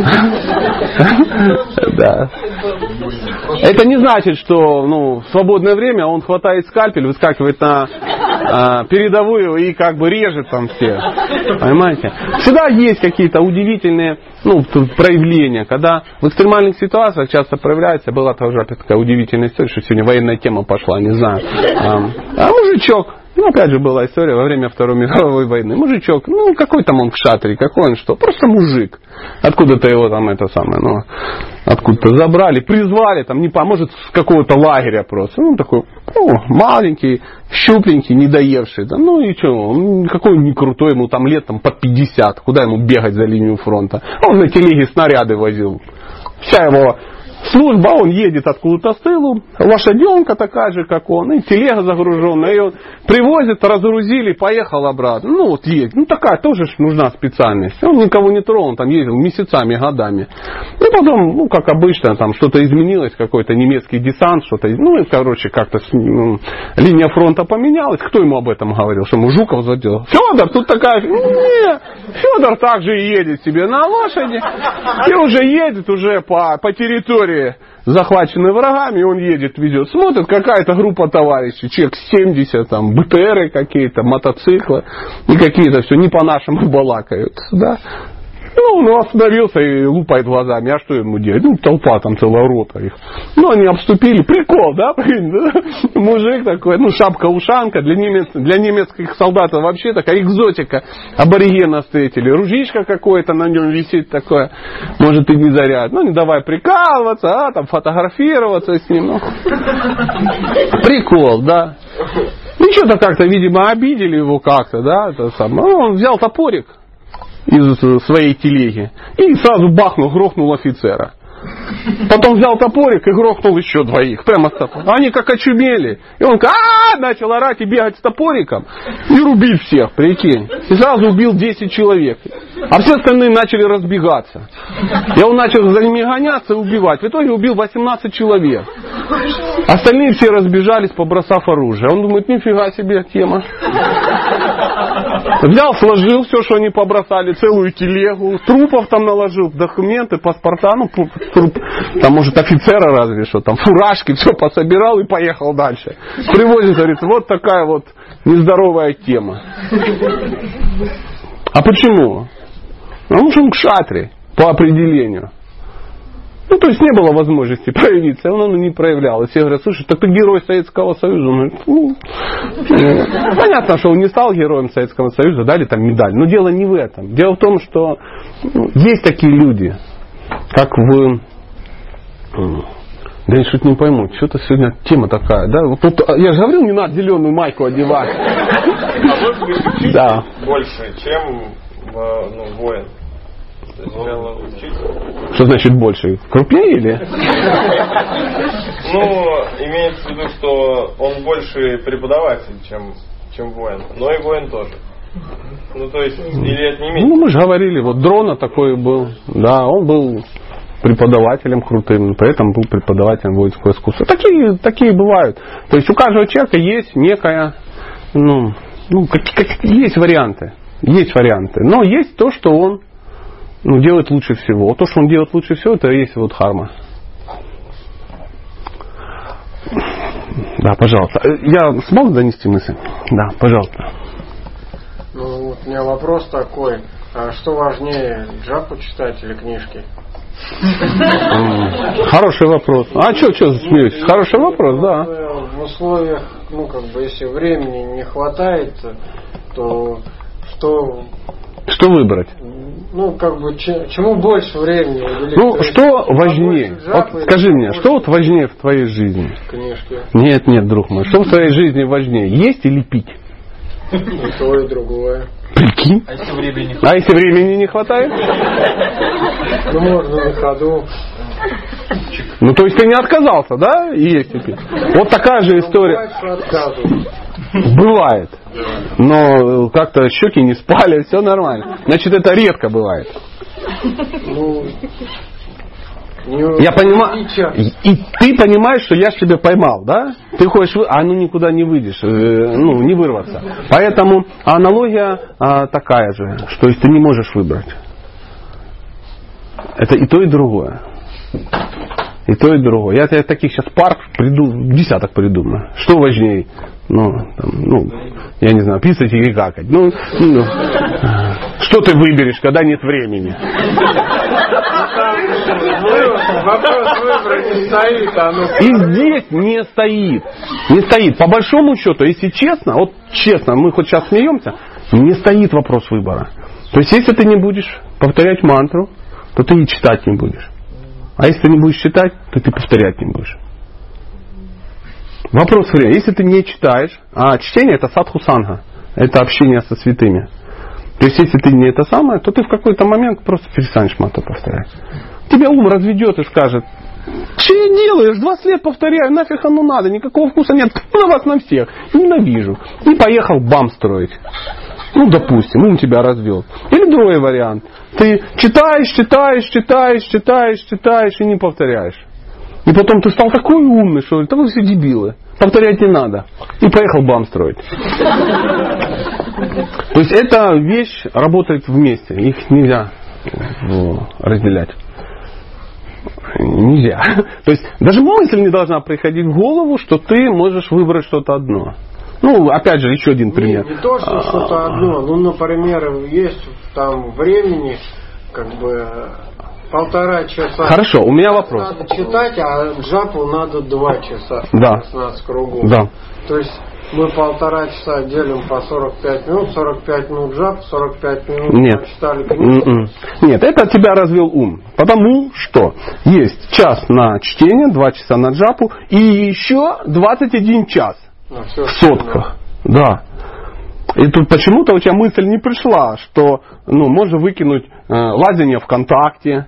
Speaker 1: Да. Это не значит, что в свободное время он хватает скальпель, выскакивает на передовую и режет там всех. Понимаете? Всегда есть какие-то удивительные проявления, когда в экстремальных ситуациях часто проявляется. Была тоже опять такая удивительная история, что сегодня военная тема пошла, не знаю. Мужичок. Опять же была история во время Второй мировой войны. Мужичок, какой там он кшатри, какой он что? Просто мужик. Откуда-то его откуда-то забрали, призвали, может, с какого-то лагеря просто. Такой, маленький, щупленький, недоевший. Да, и что, он какой он не крутой, ему лет под 50. Куда ему бегать за линию фронта? Он на телеге снаряды возил. Вся его служба, он едет откуда-то с тылу, лошаденка такая же, как он, и телега загруженная, ее привозят, разгрузили, поехал обратно. Едет. Такая тоже нужна специальность. Он никого не тронул, там ездил месяцами, годами. И потом, как обычно, там что-то изменилось, какой-то немецкий десант, что-то, как-то линия фронта поменялась. Кто ему об этом говорил? Что ему Жуков задел? Федор, тут такая... Нет, Федор также едет себе на лошади, и уже едет уже по территории, захваченный врагами, он едет, везет. Смотрит, какая-то группа товарищей, человек 70, БТРы какие-то, мотоциклы, и какие-то все не по-нашему балакают. Да? Он остановился и лупает глазами. А что ему делать? Толпа, целая рота их. Они обступили. Прикол, да? Мужик такой, шапка-ушанка. Для немецких солдат вообще такая экзотика. Аборигена встретили. Ружьишко какое-то на нем висит такое. Может и не заряд. Не давай прикалываться, фотографироваться с ним. Прикол, да? Что-то как-то, видимо, обидели его как-то, да? Он взял топорик из своей телеги и сразу грохнул офицера. Потом взял топорик и грохнул еще двоих. Прямо с топориком. Они как очумели. И он начал орать и бегать с топориком и рубить всех, прикинь. И сразу убил 10 человек. А все остальные начали разбегаться. И он начал за ними гоняться и убивать. В итоге убил 18 человек. Остальные все разбежались, побросав оружие. Он думает, нифига себе тема. Взял, сложил все, что они побросали, целую телегу, трупов там наложил, документы, паспорта, там может офицера разве что, там фуражки, все пособирал и поехал дальше. Привозит, говорит, вот такая вот нездоровая тема. А почему? Потому что он кшатри по определению. То есть не было возможности проявиться, он не проявлял. И все говорят, слушай, так ты герой Советского Союза. Он говорит, понятно, что он не стал героем Советского Союза, дали там медаль. Но дело не в этом. Дело в том, что есть такие люди, как в Да я что-то не пойму, что-то сегодня тема такая, да? Вот тут, я же говорил, не надо зеленую майку одевать.
Speaker 3: А может быть учить
Speaker 1: Да.
Speaker 3: больше, чем воин? То есть сначала учить.
Speaker 1: Что значит больше? Крупнее или?
Speaker 3: Ну, имеется в виду, что он больше преподаватель, чем воин. Но и воин тоже. Ну, то есть, или это не имеет?
Speaker 1: Ну, мы же говорили, вот Дрона такой был. Да, он был преподавателем крутым, поэтому был преподавателем воинского искусства. Такие бывают. То есть у каждого человека есть некая, есть варианты. Есть варианты. Но есть то, что он делает лучше всего. Вот то, что он делает лучше всего, это и есть вот дхарма. Да, пожалуйста. Я смог донести мысль? Да, пожалуйста.
Speaker 6: Ну, вот у меня вопрос такой. А что важнее, джапу читать или книжки?
Speaker 1: Хороший вопрос. А что смеетесь? Хороший вопрос, да.
Speaker 6: В условиях, если времени не хватает, то
Speaker 1: что выбрать?
Speaker 6: Чему больше времени?
Speaker 1: Что важнее? Вот скажи мне, что вот важнее в твоей жизни?
Speaker 6: Книжки.
Speaker 1: Нет, друг мой. Что в твоей жизни важнее? Есть или пить?
Speaker 6: И то, и другое.
Speaker 1: Прикинь?
Speaker 5: А если
Speaker 1: времени не хватает?
Speaker 6: Ну, можно на ходу.
Speaker 1: Ну, то есть ты не отказался, да? И есть и пить. Вот такая же история. Бывает. Но как-то щеки не спали, все нормально. Значит, это редко бывает. Я понимаю. И ты понимаешь, что я ж тебя поймал, да? Ты хочешь, никуда не выйдешь, не вырваться. Поэтому аналогия такая же, что если ты не можешь выбрать. Это и то, и другое. И то, и другое. Я таких сейчас пар десяток придумаю. Что важнее? Я не знаю, писать или какать. Что ты выберешь, когда нет времени?
Speaker 6: Вопрос выбора не стоит.
Speaker 1: И здесь не стоит. Не стоит. По большому счету, если честно, мы хоть сейчас смеемся, не стоит вопрос выбора. То есть, если ты не будешь повторять мантру, то ты и читать не будешь. А если ты не будешь читать, то ты повторять не будешь. Вопрос времени. Если ты не читаешь, а чтение это садху-санга, это общение со святыми. То есть, если ты не это самое, то ты в какой-то момент просто перестанешь мантру повторять. Тебя ум разведет и скажет: что я делаешь? 20 лет повторяю, нафиг оно надо, никакого вкуса нет, на вас на всех, ненавижу. И поехал бам строить. Допустим, ум тебя развел. Или другой вариант. Ты читаешь и не повторяешь. И потом ты стал такой умный, что вы все дебилы. Повторять не надо. И поехал бам строить. То есть эта вещь работает вместе. Их нельзя разделять. Нельзя. То есть даже мысль не должна приходить в голову, что ты можешь выбрать что-то одно. Опять же, еще один пример.
Speaker 6: Не то, что что-то одно. Например, есть там времени, 1,5 часа.
Speaker 1: Хорошо, у меня вопрос.
Speaker 6: Надо читать, а джапу надо 2 часа.
Speaker 1: Да.
Speaker 6: 16 кругов.
Speaker 1: Да.
Speaker 6: То есть мы 1,5 часа делим по 45 минут, 45 минут джап, 45 минут читали книгу.
Speaker 1: Нет, это тебя развел ум. Потому что есть час на чтение, 2 часа на джапу и еще 21 час в сотках. Да. И тут почему-то у тебя мысль не пришла, что можно выкинуть лазание ВКонтакте,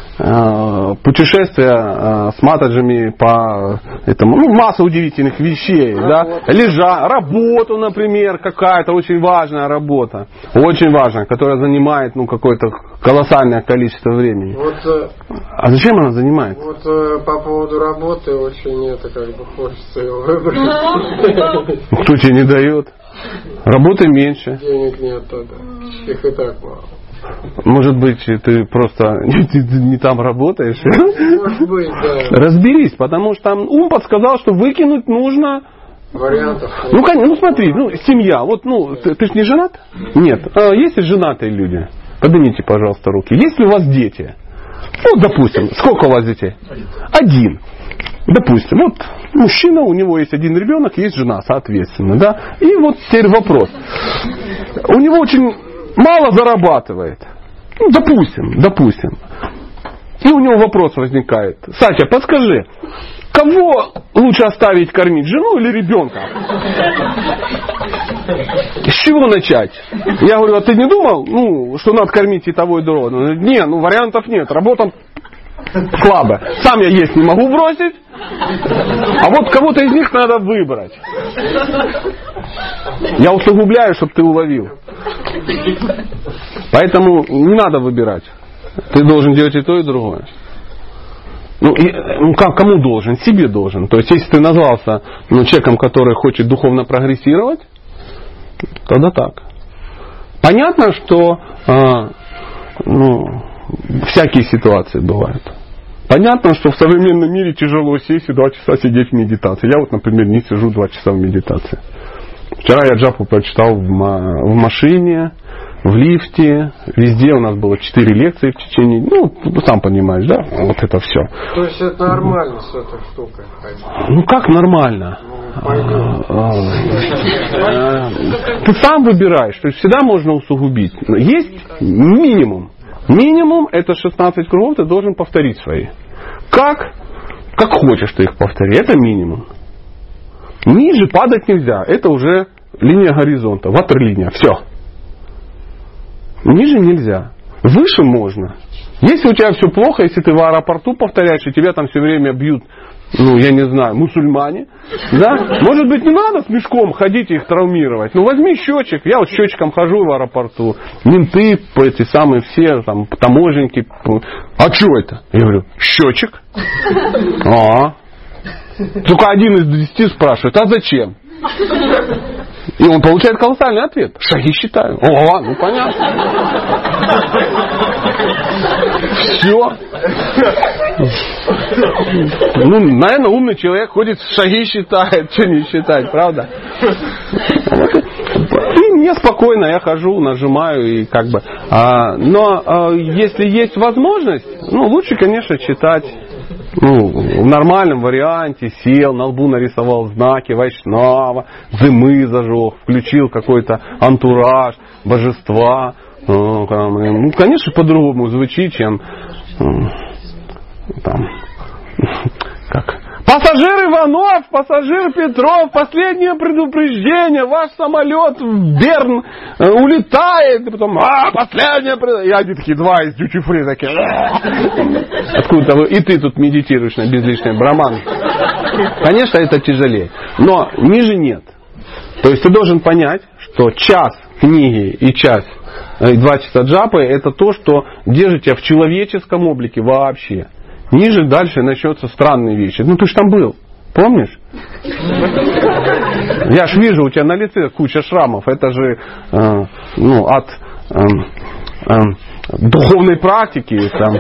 Speaker 1: путешествия с матаджами по этому, масса удивительных вещей, работу, например, какая-то очень важная работа, очень важная, которая занимает какое-то колоссальное количество времени. А зачем она занимает?
Speaker 6: По поводу работы очень хочется его выбрать.
Speaker 1: Кто тебе не дает? Работы меньше.
Speaker 6: Денег нет тогда. Их и так мало.
Speaker 1: Может быть, ты просто не там работаешь?
Speaker 6: Может быть, да.
Speaker 1: Разберись, потому что ум подсказал, что выкинуть нужно...
Speaker 6: Вариантов.
Speaker 1: Смотри, семья. Ты же не женат? Нет. Есть ли женатые люди? Поднимите, пожалуйста, руки. Есть ли у вас дети? Допустим. Сколько у вас детей? 1. Допустим, мужчина, у него есть 1 ребенок, есть жена, соответственно, да. И теперь вопрос. У него очень мало зарабатывает. Допустим. И у него вопрос возникает. Сатя, подскажи, кого лучше оставить кормить, жену или ребенка? С чего начать? Я говорю, а ты не думал, что надо кормить и того, и другого? Он говорит, не, вариантов нет, работа слабо. Сам я есть не могу бросить, а вот кого-то из них надо выбрать. Я усугубляю, чтобы ты уловил. Поэтому не надо выбирать. Ты должен делать и то, и другое. Кому должен? Себе должен. То есть, если ты назвался человеком, который хочет духовно прогрессировать, тогда так. Понятно, что всякие ситуации бывают. Понятно, что в современном мире тяжело сесть и 2 часа сидеть в медитации. Я например, не сижу 2 часа в медитации. Вчера я джапу прочитал в машине, в лифте, везде у нас было 4 лекции в течение, сам понимаешь, да, вот это все.
Speaker 6: То есть это нормально с этой штукой?
Speaker 1: Как нормально? Ты сам выбираешь, то есть всегда можно усугубить. Есть минимум. Минимум это 16 кругов ты должен повторить свои. Как хочешь ты их повтори, это минимум. Ниже падать нельзя, это уже линия горизонта, ватерлиния, все. Ниже нельзя. Выше можно. Если у тебя все плохо, если ты в аэропорту повторяешь, и тебя там все время бьют, я не знаю, мусульмане, да? Может быть, не надо с мешком ходить и их травмировать. Возьми счетчик. Я вот с счетчиком хожу в аэропорту. Менты, эти самые все, там, таможенники. А что это? Я говорю, счетчик. Только 1 из 10 спрашивает, а зачем? И он получает колоссальный ответ. Шаги считаю. Понятно. Все. Наверное, умный человек ходит, шаги считает, что не считать, правда? И мне спокойно, я хожу, нажимаю и но если есть возможность, лучше, конечно, читать. В нормальном варианте сел, на лбу нарисовал знаки Вайшнава, дымы зажег, включил какой-то антураж, божества. Конечно, по-другому звучит, чем пассажир Иванов, пассажир Петров, последнее предупреждение, ваш самолет в Берн улетает, и потом, последнее предупреждение. И они такие, 2 из дьюти-фри такие, откуда-то и ты тут медитируешь на безлишний браман. Конечно, это тяжелее, но ниже нет. То есть ты должен понять, что час книги и час, 2 часа джапы, это то, что держит тебя в человеческом облике вообще. Ниже дальше начнутся странные вещи. Ты же там был, помнишь? Я ж вижу, у тебя на лице куча шрамов. Это же от духовной практики.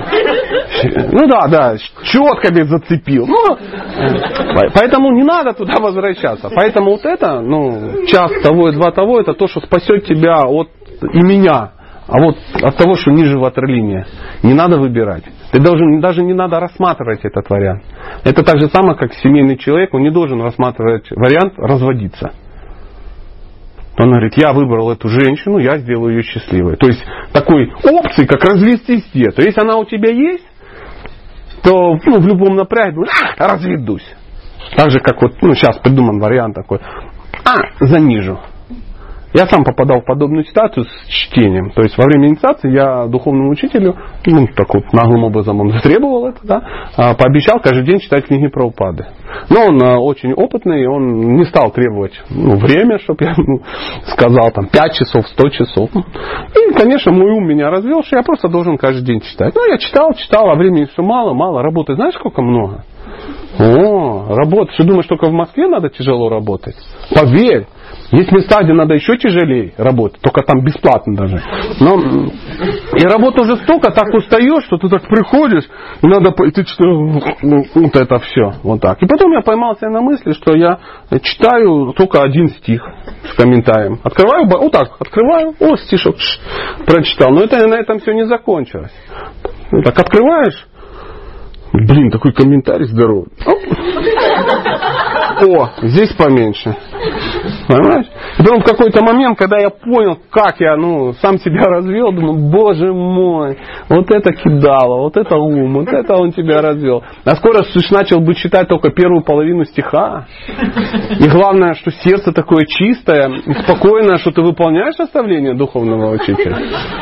Speaker 1: Четко ведь зацепил. Поэтому не надо туда возвращаться. Поэтому вот это, час того и 2 того, это то, что спасет тебя от и меня. А вот от того, что ниже ватерлиния, не надо выбирать. Ты даже не надо рассматривать этот вариант. Это так же самое, как семейный человек, он не должен рассматривать вариант разводиться. Он говорит, я выбрал эту женщину, я сделаю ее счастливой. То есть такой опции, как развестись нет. То есть если она у тебя есть, то в любом напряге разведусь. Так же, как сейчас придуман вариант такой, занижу. Я сам попадал в подобную ситуацию с чтением. То есть во время инициации я духовному учителю, наглым образом он затребовал это, пообещал каждый день читать книги Прабхупады. Но он очень опытный, он не стал требовать время, чтобы я сказал 5 часов, 100 часов. И, конечно, мой ум меня развел, что я просто должен каждый день читать. Я читал, а времени все мало, работы знаешь, сколько много? Работать. Ты думаешь, только в Москве надо тяжело работать? Поверь. Есть места, где надо еще тяжелее работать, только там бесплатно даже. И работа уже столько, так устаешь, что ты так приходишь, и надо, и ты вот это все, вот так. И потом я поймался на мысли, что я читаю только 1 стих с комментарием. Открываю, вот так, открываю, стишок, прочитал. Но это на этом все не закончилось. Так открываешь, такой комментарий здоровый. Здесь поменьше. Понимаешь? И потом в какой-то момент, когда я понял, как я сам себя развел, думаю, боже мой, вот это кидало, вот это ум, вот это он тебя развел. А скоро начал бы читать только первую половину стиха. И главное, что сердце такое чистое и спокойное, что ты выполняешь наставление духовного учителя.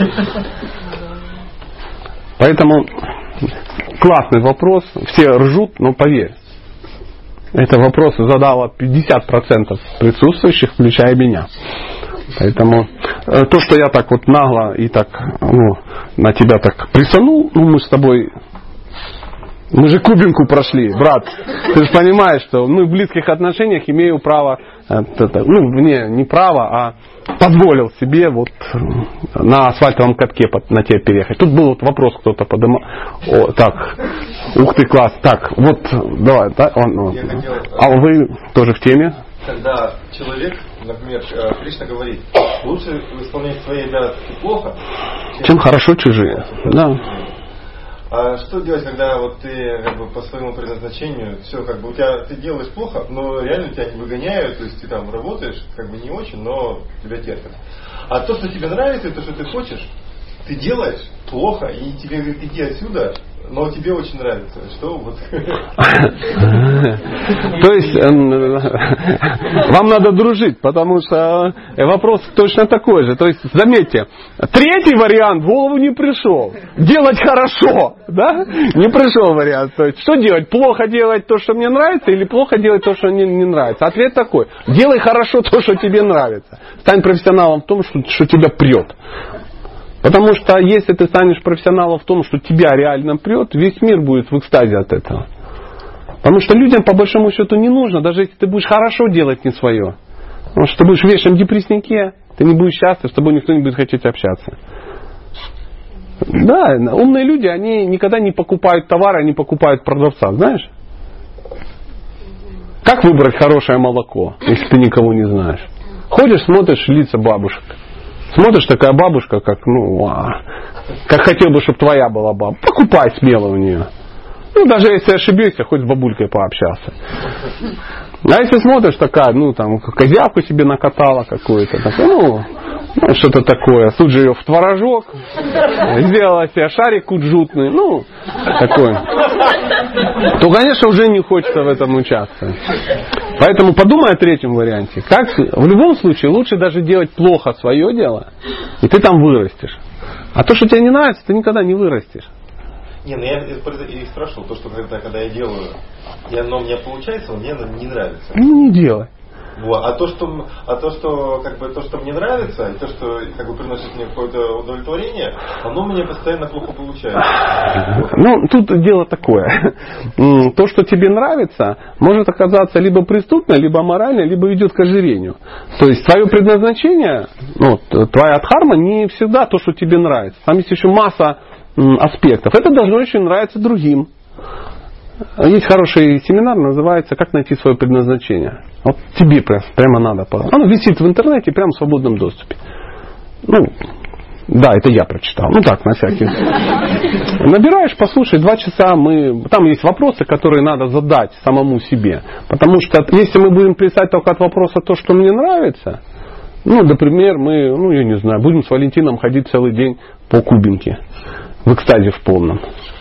Speaker 1: Поэтому классный вопрос. Все ржут, но поверь. Это вопрос задало 50% присутствующих, включая меня. Поэтому то, что я так вот нагло и так на тебя так присанул, мы с тобой, мы же кубинку прошли, брат. Ты же понимаешь, что мы в близких отношениях имею право, не право, а позволил себе вот на асфальтовом катке на тебя переехать. Тут был вот вопрос, кто-то подымал. Так, ух ты, класс. Так, вот, давай, да? А вы тоже в теме?
Speaker 3: Когда человек, например, Кришна говорит, лучше исполнять свои обязанности плохо,
Speaker 1: чем хорошо чужие. Да.
Speaker 3: А что делать, когда вот ты по своему предназначению, все у тебя ты делаешь плохо, но реально тебя не выгоняют, то есть ты там работаешь не очень, но тебя терпят. А то, что тебе нравится, и то, что ты хочешь, ты делаешь плохо, и тебе говорят, иди отсюда, но тебе очень нравится. Что вот?
Speaker 1: То есть вам надо дружить, потому что вопрос точно такой же. То есть заметьте, третий вариант в голову не пришел. Делать хорошо, да? Не пришел вариант. То есть что делать? Плохо делать то, что мне нравится, или плохо делать то, что мне не нравится? Ответ такой: делай хорошо то, что тебе нравится. Стань профессионалом в том, что тебя прет. Потому что если ты станешь профессионалом в том, что тебя реально прет, весь мир будет в экстазе от этого. Потому что людям по большому счету не нужно, даже если ты будешь хорошо делать не свое. Потому что ты будешь в вечном депресснике, ты не будешь счастлив, с тобой никто не будет хотеть общаться. Да, умные люди, они никогда не покупают товар, они покупают продавца, знаешь? Как выбрать хорошее молоко, если ты никого не знаешь? Ходишь, смотришь лица бабушек. Смотришь, такая бабушка, как хотел бы, чтобы твоя была баба. Покупай смело у нее. Даже если ошибешься, хоть с бабулькой пообщался. А если смотришь, такая, козявку себе накатала какую-то, что-то такое. Тут же ее в творожок. Сделала себе шарик куджутный. Такой. То, конечно, уже не хочется в этом участвовать. Поэтому подумай о третьем варианте. Как в любом случае лучше даже делать плохо свое дело, и ты там вырастешь. А то, что тебе не нравится, ты никогда не вырастешь.
Speaker 3: Я и спрашивал, то, что когда я делаю, оно у меня получается, мне не нравится.
Speaker 1: Не делай.
Speaker 3: Вот. А то, что мне нравится, и то, что приносит мне какое-то удовлетворение, оно мне постоянно плохо получается.
Speaker 1: Тут дело такое. То, что тебе нравится, может оказаться либо преступно, либо аморально, либо ведет к ожирению. То есть твое предназначение, твоя дхарма не всегда то, что тебе нравится. Там есть еще масса аспектов. Это должно еще нравиться другим. Есть хороший семинар, называется «Как найти свое предназначение». Вот тебе прямо надо. Оно висит в интернете прямо в свободном доступе. Да, это я прочитал. Так, на всякий. Набираешь, послушай, 2 часа там есть вопросы, которые надо задать самому себе. Потому что если мы будем плясать только от вопроса то, что мне нравится, например, мы, я не знаю, будем с Валентином ходить целый день по кубинке. В экстазе в полном.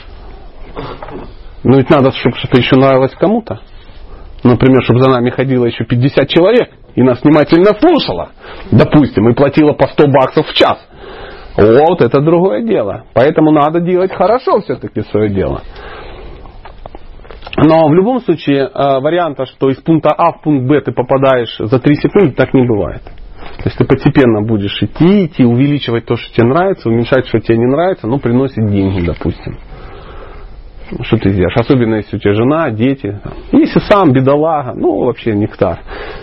Speaker 1: Но ведь надо, чтобы что-то еще нравилось кому-то. Например, чтобы за нами ходило еще 50 человек и нас внимательно слушало, допустим, и платило по $100 в час. Вот это другое дело. Поэтому надо делать хорошо все-таки свое дело. Но в любом случае варианта, что из пункта А в пункт Б ты попадаешь за 3 секунды, так не бывает. То есть ты постепенно будешь идти, увеличивать то, что тебе нравится, уменьшать, что тебе не нравится, но приносит деньги, допустим. Что ты сделаешь? Особенно если у тебя жена, дети. Если сам бедолага, вообще нектар.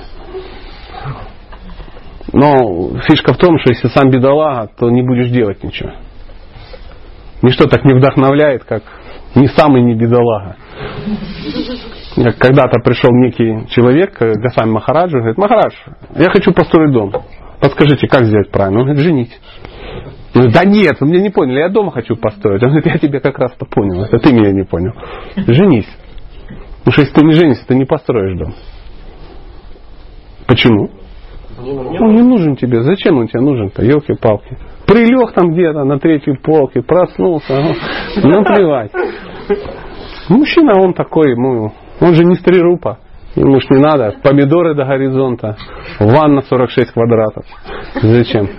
Speaker 1: Но фишка в том, что если сам бедолага, то не будешь делать ничего. Ничто так не вдохновляет, как ни сам и не бедолага. Когда-то пришел некий человек к Госвами Махараджу и говорит: Махарадж, я хочу построить дом. Подскажите, как сделать правильно? Он говорит: женить. Да нет, вы меня не поняли, я дома хочу построить. Он говорит: я тебя как раз-то понял, это ты меня не понял. Женись. Потому что если ты не женишься, ты не построишь дом. Почему? Он не нужен тебе. Зачем он тебе нужен-то? Елки-палки. Прилег там где-то на третьей полке, проснулся. Ну, плевать. Мужчина, он такой, он же не стрирупа. Ему ж не надо. Помидоры до горизонта. Ванна 46 квадратов. Зачем?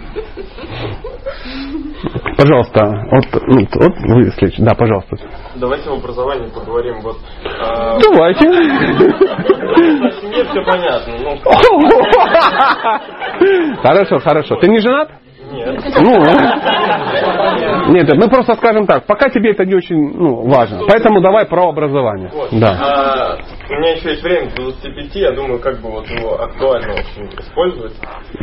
Speaker 1: Пожалуйста, вот вы следующий. Да, пожалуйста.
Speaker 3: Давайте в образовании поговорим.
Speaker 1: Давайте.
Speaker 3: Мне все понятно.
Speaker 1: Хорошо. Ты не женат?
Speaker 3: Нет.
Speaker 1: Нет, мы просто скажем так. Пока тебе это не очень важно. Поэтому давай про образование.
Speaker 3: Вот.
Speaker 1: Да.
Speaker 3: У меня еще есть время до 25. Я думаю, как бы его актуально очень использовать.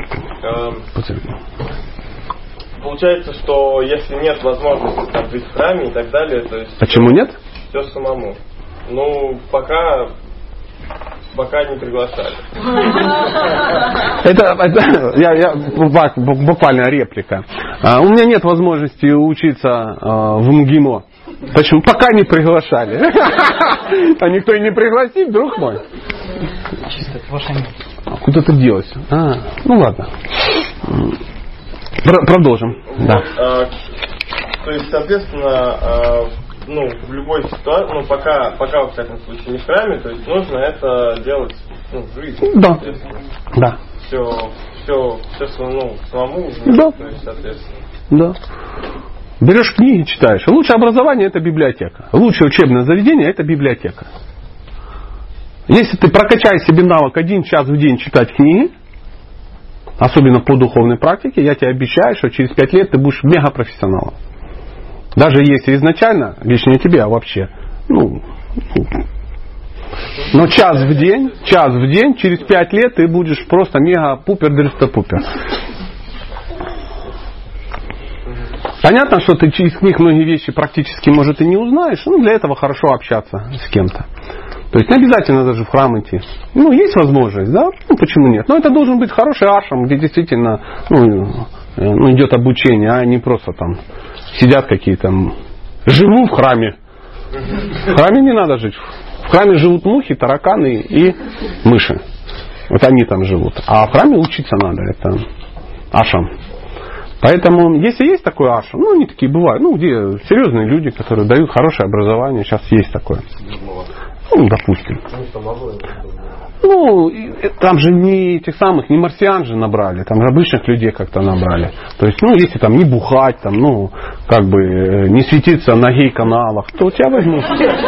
Speaker 3: Получается, что если нет возможности там жить в храме и так далее, то есть...
Speaker 1: Почему нет?
Speaker 3: Все самому. Пока не приглашали.
Speaker 1: Это буквально реплика. У меня нет возможности учиться в МГИМО. Почему? Пока не приглашали. А никто и не пригласит, друг мой.
Speaker 7: Чисто это ваше мнение.
Speaker 1: Куда ты делась? Ладно. Продолжим.
Speaker 3: Вот,
Speaker 1: Да.
Speaker 3: То есть, соответственно, в любой ситуации, пока во всяком случае не в храме, то есть нужно это делать в жизни.
Speaker 1: Да. Да.
Speaker 3: Все самому.
Speaker 1: Да.
Speaker 3: То есть, соответственно.
Speaker 1: Да. Берешь книги, читаешь. Лучшее образование — это библиотека. Лучшее учебное заведение — это библиотека. Если ты прокачаешь себе навык 1 час в день читать книги, особенно по духовной практике, я тебе обещаю, что через 5 лет ты будешь мегапрофессионалом. Даже если изначально, лично не тебе, а вообще, но час в день, через 5 лет ты будешь просто мега-пупер-дрыстопупер. Понятно, что ты через них многие вещи практически, может, и не узнаешь, но для этого хорошо общаться с кем-то. То есть не обязательно даже в храм идти. Есть возможность, да? Почему нет? Но это должен быть хороший ашрам, где действительно идет обучение, а не просто там сидят какие-то. Живу в храме. В храме не надо жить. В храме живут мухи, тараканы и мыши. Вот они там живут. А в храме учиться надо. Это ашрам. Поэтому, если есть такой ашрам, они такие бывают, где серьезные люди, которые дают хорошее образование, сейчас есть такое. Допустим. Там же не этих самых, не марсиан же набрали, там же обычных людей как-то набрали. То есть, если там не бухать, там, не светиться на гей-каналах, то тебя возьмут.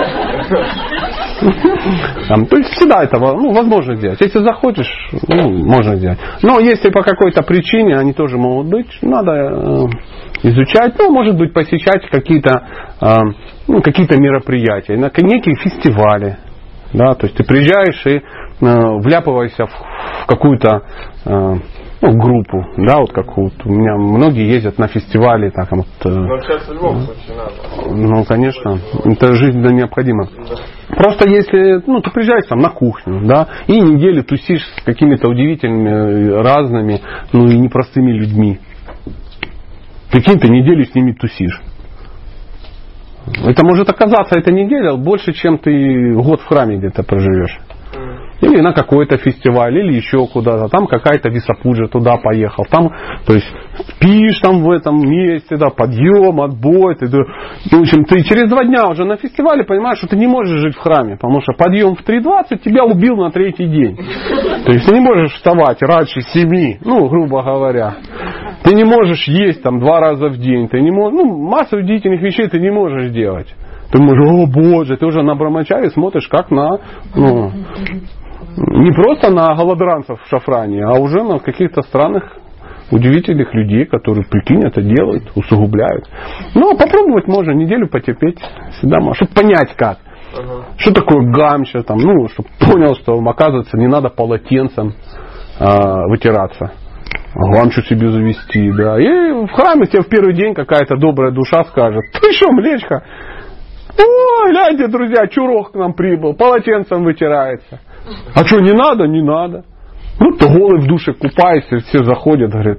Speaker 1: То есть всегда этого возможно сделать. Если захочешь, можно сделать. Но если по какой-то причине они тоже могут быть, надо изучать, может быть, посещать какие-то мероприятия, на некие фестивали. Да, то есть ты приезжаешь и вляпываешься в какую-то группу, да, вот как у меня многие ездят на фестивали, так вот.
Speaker 3: Но сейчас в любом случае надо.
Speaker 1: Конечно, это жизненно необходимо. Просто если, ты приезжаешь там на кухню, да, и неделю тусишь с какими-то удивительными, разными, и непростыми людьми. Прикинь, ты неделю с ними тусишь. Это может оказаться, эта неделя, больше, чем ты год в храме где-то проживешь. Или на какой-то фестиваль, или еще куда-то. Там какая-то висапуджа, туда поехал. Там, то есть, спишь там в этом месте, да, подъем, отбой. В общем, ты через 2 дня уже на фестивале понимаешь, что ты не можешь жить в храме. Потому что подъем в 3:20 тебя убил на 3-й день. То есть, ты не можешь вставать раньше 7, грубо говоря. Ты не можешь есть там 2 раза в день. Ты не можешь, массу удивительных вещей ты не можешь делать. Ты можешь, о боже, ты уже на брамачаре смотришь как на, не просто на голодранцев в шафране, а уже на каких-то странных удивительных людей, которые, прикинь, это делают, усугубляют. Попробовать можно, неделю потерпеть всегда можно, чтобы понять как. Что такое гамча, там, чтобы понял, что, оказывается, не надо полотенцем вытираться. Гамчу себе завести, да. И в храме тебе в первый день какая-то добрая душа скажет: ты что, млечка? Ой, гляньте, друзья, чурок к нам прибыл, полотенцем вытирается. А что, не надо? Не надо. Ты голый в душе купаешься, все заходят, говорят: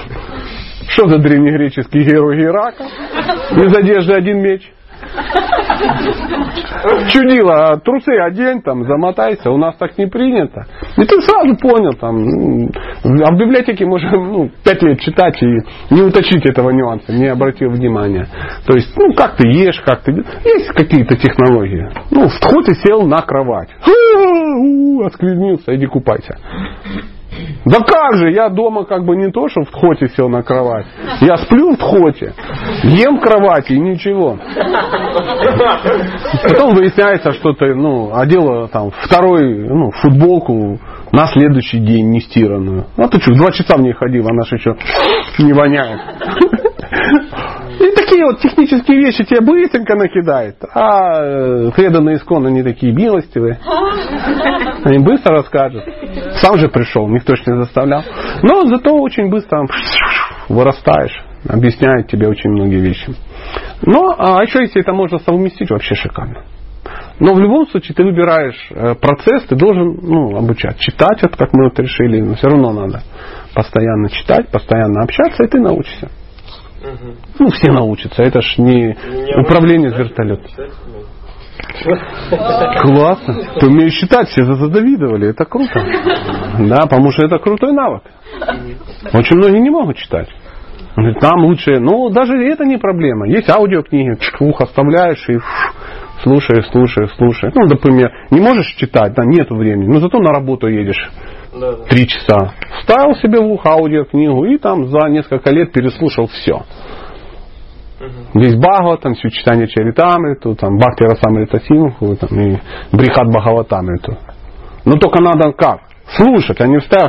Speaker 1: что за древнегреческий герой Геракл? Без одежды 1 меч. Чудило, трусы одень, там, замотайся, у нас так не принято. И ты сразу понял, там, а в библиотеке можем 5 лет читать и не уточнить этого нюанса, не обратил внимания. То есть, как ты ешь, как ты... Есть какие-то технологии. Вход и сел на кровать. Осквернился, иди купайся. Да как же, я дома как бы не то, что в тхоте сел на кровать. Я сплю в тхоте, ем в кровати и ничего. Потом выясняется, что ты одела там вторую футболку на следующий день не стиранную. А ты что, 2 часа в ней ходил, она же еще не воняет. И такие вот технические вещи тебе быстренько накидает. А преданные исконно они такие милостивые. Они быстро расскажут. Сам же пришел, никто ж не заставлял. Но зато очень быстро вырастаешь. Объясняет тебе очень многие вещи. А еще если это можно совместить, вообще шикарно. Но в любом случае ты выбираешь процесс, ты должен обучать. Читать, вот как мы решили, но все равно надо постоянно читать, постоянно общаться, и ты научишься. Все научатся. Это ж не управление с вертолета. Классно. Ты умеешь считать, все завидовали. Это круто. Да, потому что это крутой навык. Очень многие не могут читать. Там лучше. Даже это не проблема. Есть аудиокниги. Ухо вставляешь и слушаешь. Например, не можешь читать, нету времени. Но зато на работу едешь. 3 часа. Вставил себе в ухо аудиокнигу и там за несколько лет переслушал все. Весь Бхагаватам, все читание Чаритамриту, там Бхакти Расамрита Симху, и Брихат Бхагаватамриту. Но только надо как? Слушать, а не вставить.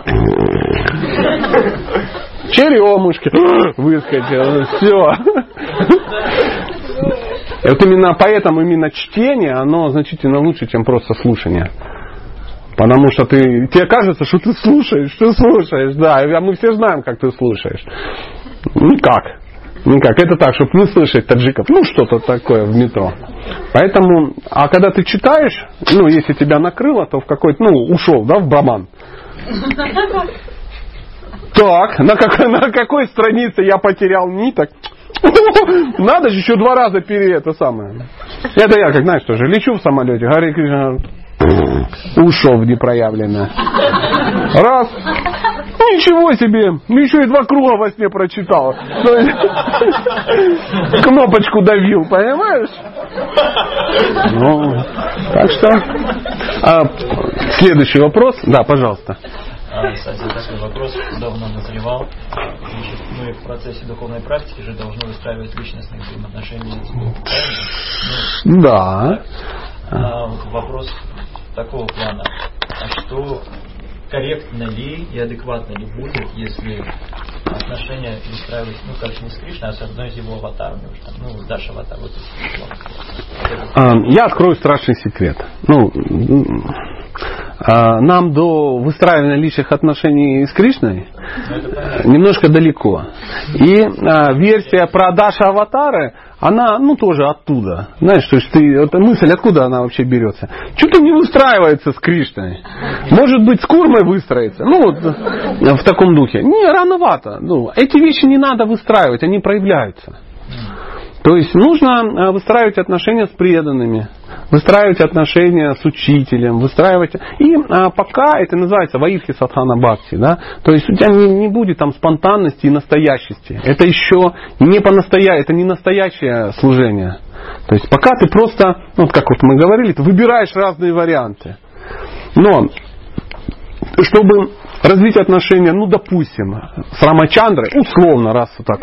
Speaker 1: Черемушки выскочил, все. И вот именно поэтому чтение, оно значительно лучше, чем просто слушание. Потому что тебе кажется, что ты слушаешь, да, а мы все знаем, как ты слушаешь. Никак. Это так, чтобы не слышать таджиков, что-то такое в метро. Поэтому, а когда ты читаешь, если тебя накрыло, то в какой-то, ушел, в браман. Так, на какой странице я потерял ниток? Надо же еще 2 раза это самое. Это я, как знаешь, тоже лечу в самолете, Харе Кришна, ушел в непроявленное. Раз. Ничего себе. Еще и 2 круга во сне прочитал. Кнопочку давил, понимаешь? Так что. Следующий вопрос. Да, пожалуйста.
Speaker 7: Кстати, такой вопрос давно назревал. Мы в процессе духовной практики же должны выстраивать личностные взаимоотношения с Богом, правильно?
Speaker 1: Да.
Speaker 7: Вопрос такого плана. А что корректно ли и адекватно ли будет, если отношения выстраивать, как не с Кришной, а с одной из его аватарами, с Даша аватар.
Speaker 1: Я открою страшный секрет. Нам до выстраивания личных отношений с Кришной немножко далеко. И версия про Даша аватары, она тоже оттуда. Знаешь, то есть эта мысль, откуда она вообще берется? Что-то не выстраивается с Кришной. Может быть, с Курмой выстроится. В таком духе. Не, рановато. Эти вещи не надо выстраивать, они проявляются. То есть нужно выстраивать отношения с преданными, выстраивать отношения с учителем, выстраивать. И пока это называется ваидхи садхана бхакти, да? То есть у тебя не будет там спонтанности и настоящести. Это еще не это не настоящее служение. То есть пока ты просто, как мы говорили, ты выбираешь разные варианты. Но чтобы развить отношения, ну, допустим, с Рамачандрой, условно, раз так,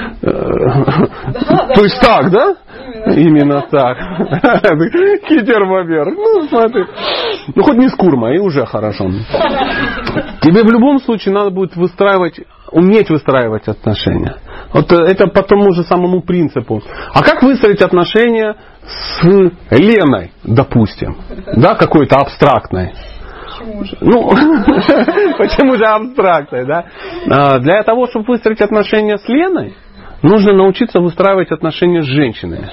Speaker 1: то есть так, да? Именно так. Китер-бобер. Ну, смотри. Ну, хоть не с Курмой, и уже хорошо. Тебе в любом случае надо будет уметь выстраивать отношения. Вот это по тому же самому принципу. А как выстроить отношения с Леной, допустим? Да, какой-то абстрактной. Ну, почему же абстрактной, да? Для того, чтобы выстроить отношения с Леной, нужно научиться выстраивать отношения с женщиной.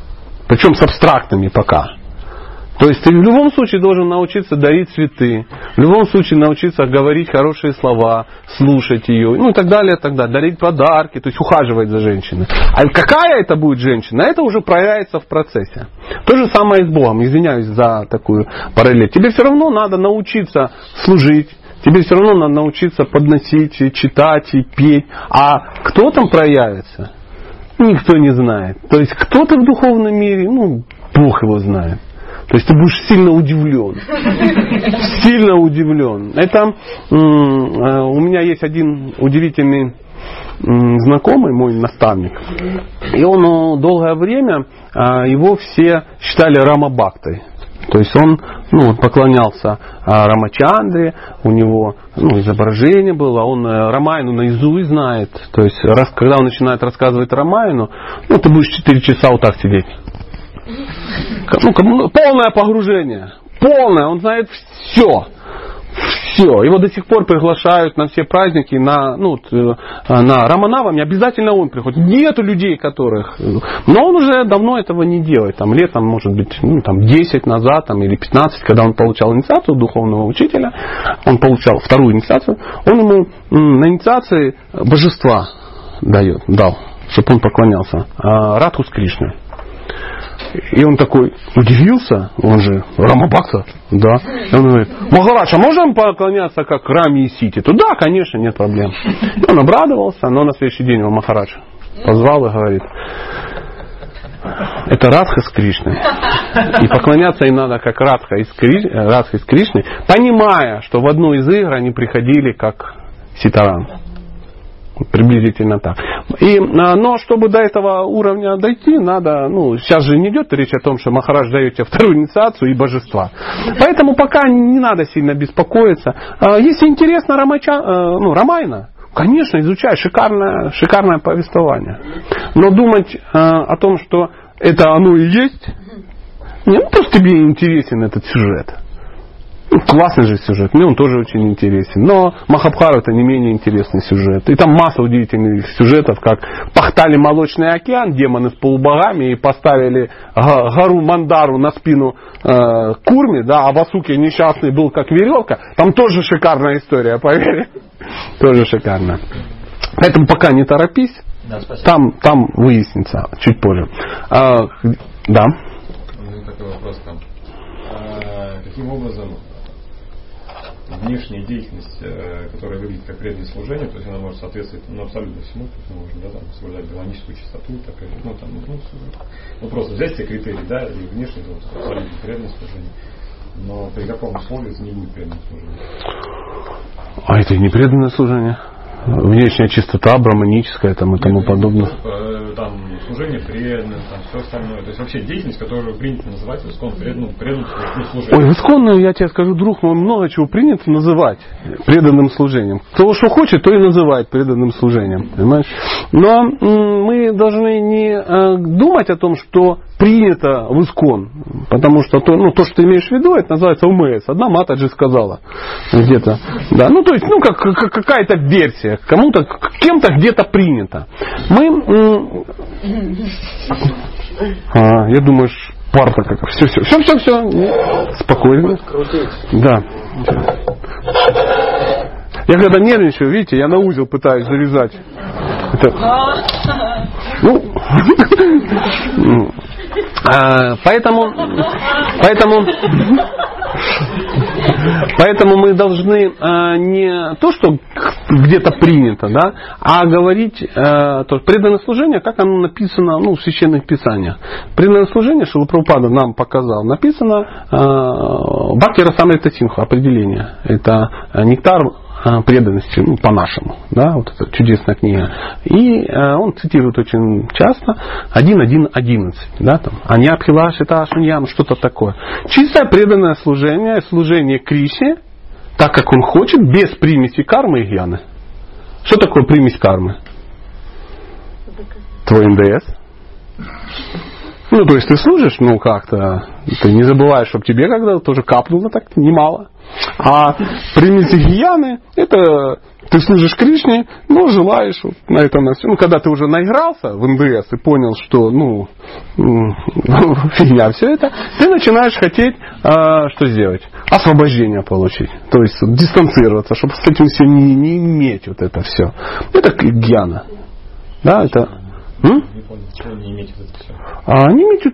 Speaker 1: Причем с абстрактными пока. То есть ты в любом случае должен научиться дарить цветы, В любом случае научиться говорить хорошие слова, слушать ее, ну и так далее, дарить подарки, то есть ухаживать за женщиной. А какая это будет женщина, это уже проявляется в процессе. То же самое и с Богом. Извиняюсь за такую параллель. Тебе все равно надо научиться служить. Тебе все равно надо научиться подносить, и читать, и петь. А кто там проявится? Никто не знает. То есть кто-то в духовном мире, Бог его знает. То есть ты будешь сильно удивлен. Сильно удивлен. Это у меня есть один удивительный знакомый, мой наставник. И он долгое время, его все считали Рамабхактой. То есть он поклонялся Рамачандре, у него изображение было, он Рамаяну наизусть знает. То есть когда он начинает рассказывать Рамаяну, ты будешь 4 часа вот так сидеть. Полное погружение. Полное. Он знает все. Все. Его до сих пор приглашают на все праздники, на Раманавами. Обязательно он приходит. Нету людей, которых... Но он уже давно этого не делает. Лет, может быть, 10 назад или 15, когда он получал инициацию духовного учителя, он получал вторую инициацию, он ему на инициации божества дал, чтобы он поклонялся. Радху с Кришной. И он такой удивился, он же Рамабхакта, да. И он говорит: Махарадж, а можем поклоняться как Раме и Сите? Да, конечно, нет проблем. И он обрадовался, но на следующий день его Махарадж позвал и говорит: это Радха с Кришной. И поклоняться им надо как Радха с Кришной, понимая, что в одну из игр они приходили как Ситарам. Приблизительно так. Но чтобы до этого уровня дойти, надо, сейчас же не идет речь о том, что Махарадж дает тебе вторую инициацию и божества. Поэтому пока не надо сильно беспокоиться. Если интересно Рамайна, конечно, изучай, шикарное повествование. Но думать о том, что это оно и есть, просто тебе интересен этот сюжет. Классный же сюжет, мне он тоже очень интересен. Но Махабхарата не менее интересный сюжет. И там масса удивительных сюжетов, как пахтали молочный океан, демоны с полубогами, и поставили гору Мандару на спину Курми, а Васуки несчастный был как веревка. Там тоже шикарная история, поверь. Тоже шикарная. Поэтому пока не торопись.
Speaker 7: Да,
Speaker 1: там выяснится чуть позже. Да.
Speaker 8: Такой вопрос там. Каким образом внешняя деятельность, которая выглядит как преданное служение, то есть она может соответствовать абсолютно всему, то есть мы можем соблюдать биологическую чистоту, просто взять все критерии, и внешне абсолютно преданное служение. Но при каком условии это не будет преданное служение?
Speaker 1: А это и не преданное служение. Внешняя чистота, браманическая и тому подобное.
Speaker 8: Там служение преданное, все остальное. То есть вообще деятельность, которую принято называть искон преданным служением.
Speaker 1: Ой, в исконную, я тебе скажу, друг мой, много чего принято называть преданным служением. Кто что хочет, то и называет преданным служением. Понимаешь? Но мы должны не думать о том, что принято в искон. Потому что то, что ты имеешь в виду, это называется УМС. Одна Матаджи сказала где-то. Да, то есть, как какая-то версия. Кому-то, кем-то где-то принято. Я думаю, парта какая. Все. Спокойно. Да. Я когда нервничаю, видите, я на узел пытаюсь завязать. Поэтому мы должны не то, что где-то принято, а говорить преданное служение, как оно написано в священных писаниях. Преданное служение, Шрила Прабхупада нам показал, написано Бхакти Расамрита Синху, определение. Это нектар преданности, по-нашему, вот эта чудесная книга. И он цитирует очень часто 1.1.11, Аньябхилашита Шуньям, что-то такое. Чистое преданное служение Кришне, так как он хочет, без примеси кармы и гьяны. Что такое примесь кармы? Твой НДС. Ну, то есть ты служишь, ну, как-то, ты не забываешь, чтобы тебе когда-то тоже капнуло так немало. А примеси гьяны, это ты служишь Кришне, но желаешь на этом, ну, когда ты уже наигрался в НДС и понял, что, ну, фигня все это, ты начинаешь хотеть, что сделать? Освобождение получить. То есть дистанцироваться, чтобы с этим все не иметь вот это все. Это гьяна. Да, это...
Speaker 8: Не понял, что не иметь вот это все.
Speaker 1: Не иметь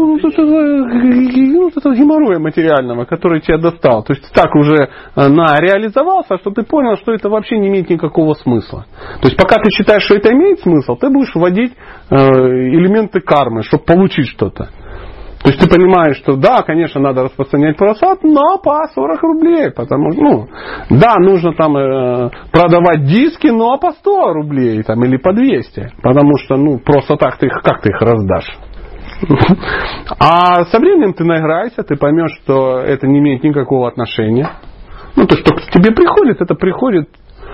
Speaker 1: вот этого геморроя материального, который тебя достал. То есть ты так уже реализовался, что ты понял, что это вообще не имеет никакого смысла. То есть пока ты считаешь, что это имеет смысл, ты будешь вводить элементы кармы, чтобы получить что-то. То есть ты понимаешь, что да, конечно, надо распространять просад, но по 40 рублей. Потому что, ну, да, нужно там продавать диски, но по 100 рублей там, или по 200. Потому что, ну, просто так ты их, как ты их раздашь? А со временем ты наиграешься, ты поймешь, что это не имеет никакого отношения. Ну, то, что к тебе приходит, это приходит...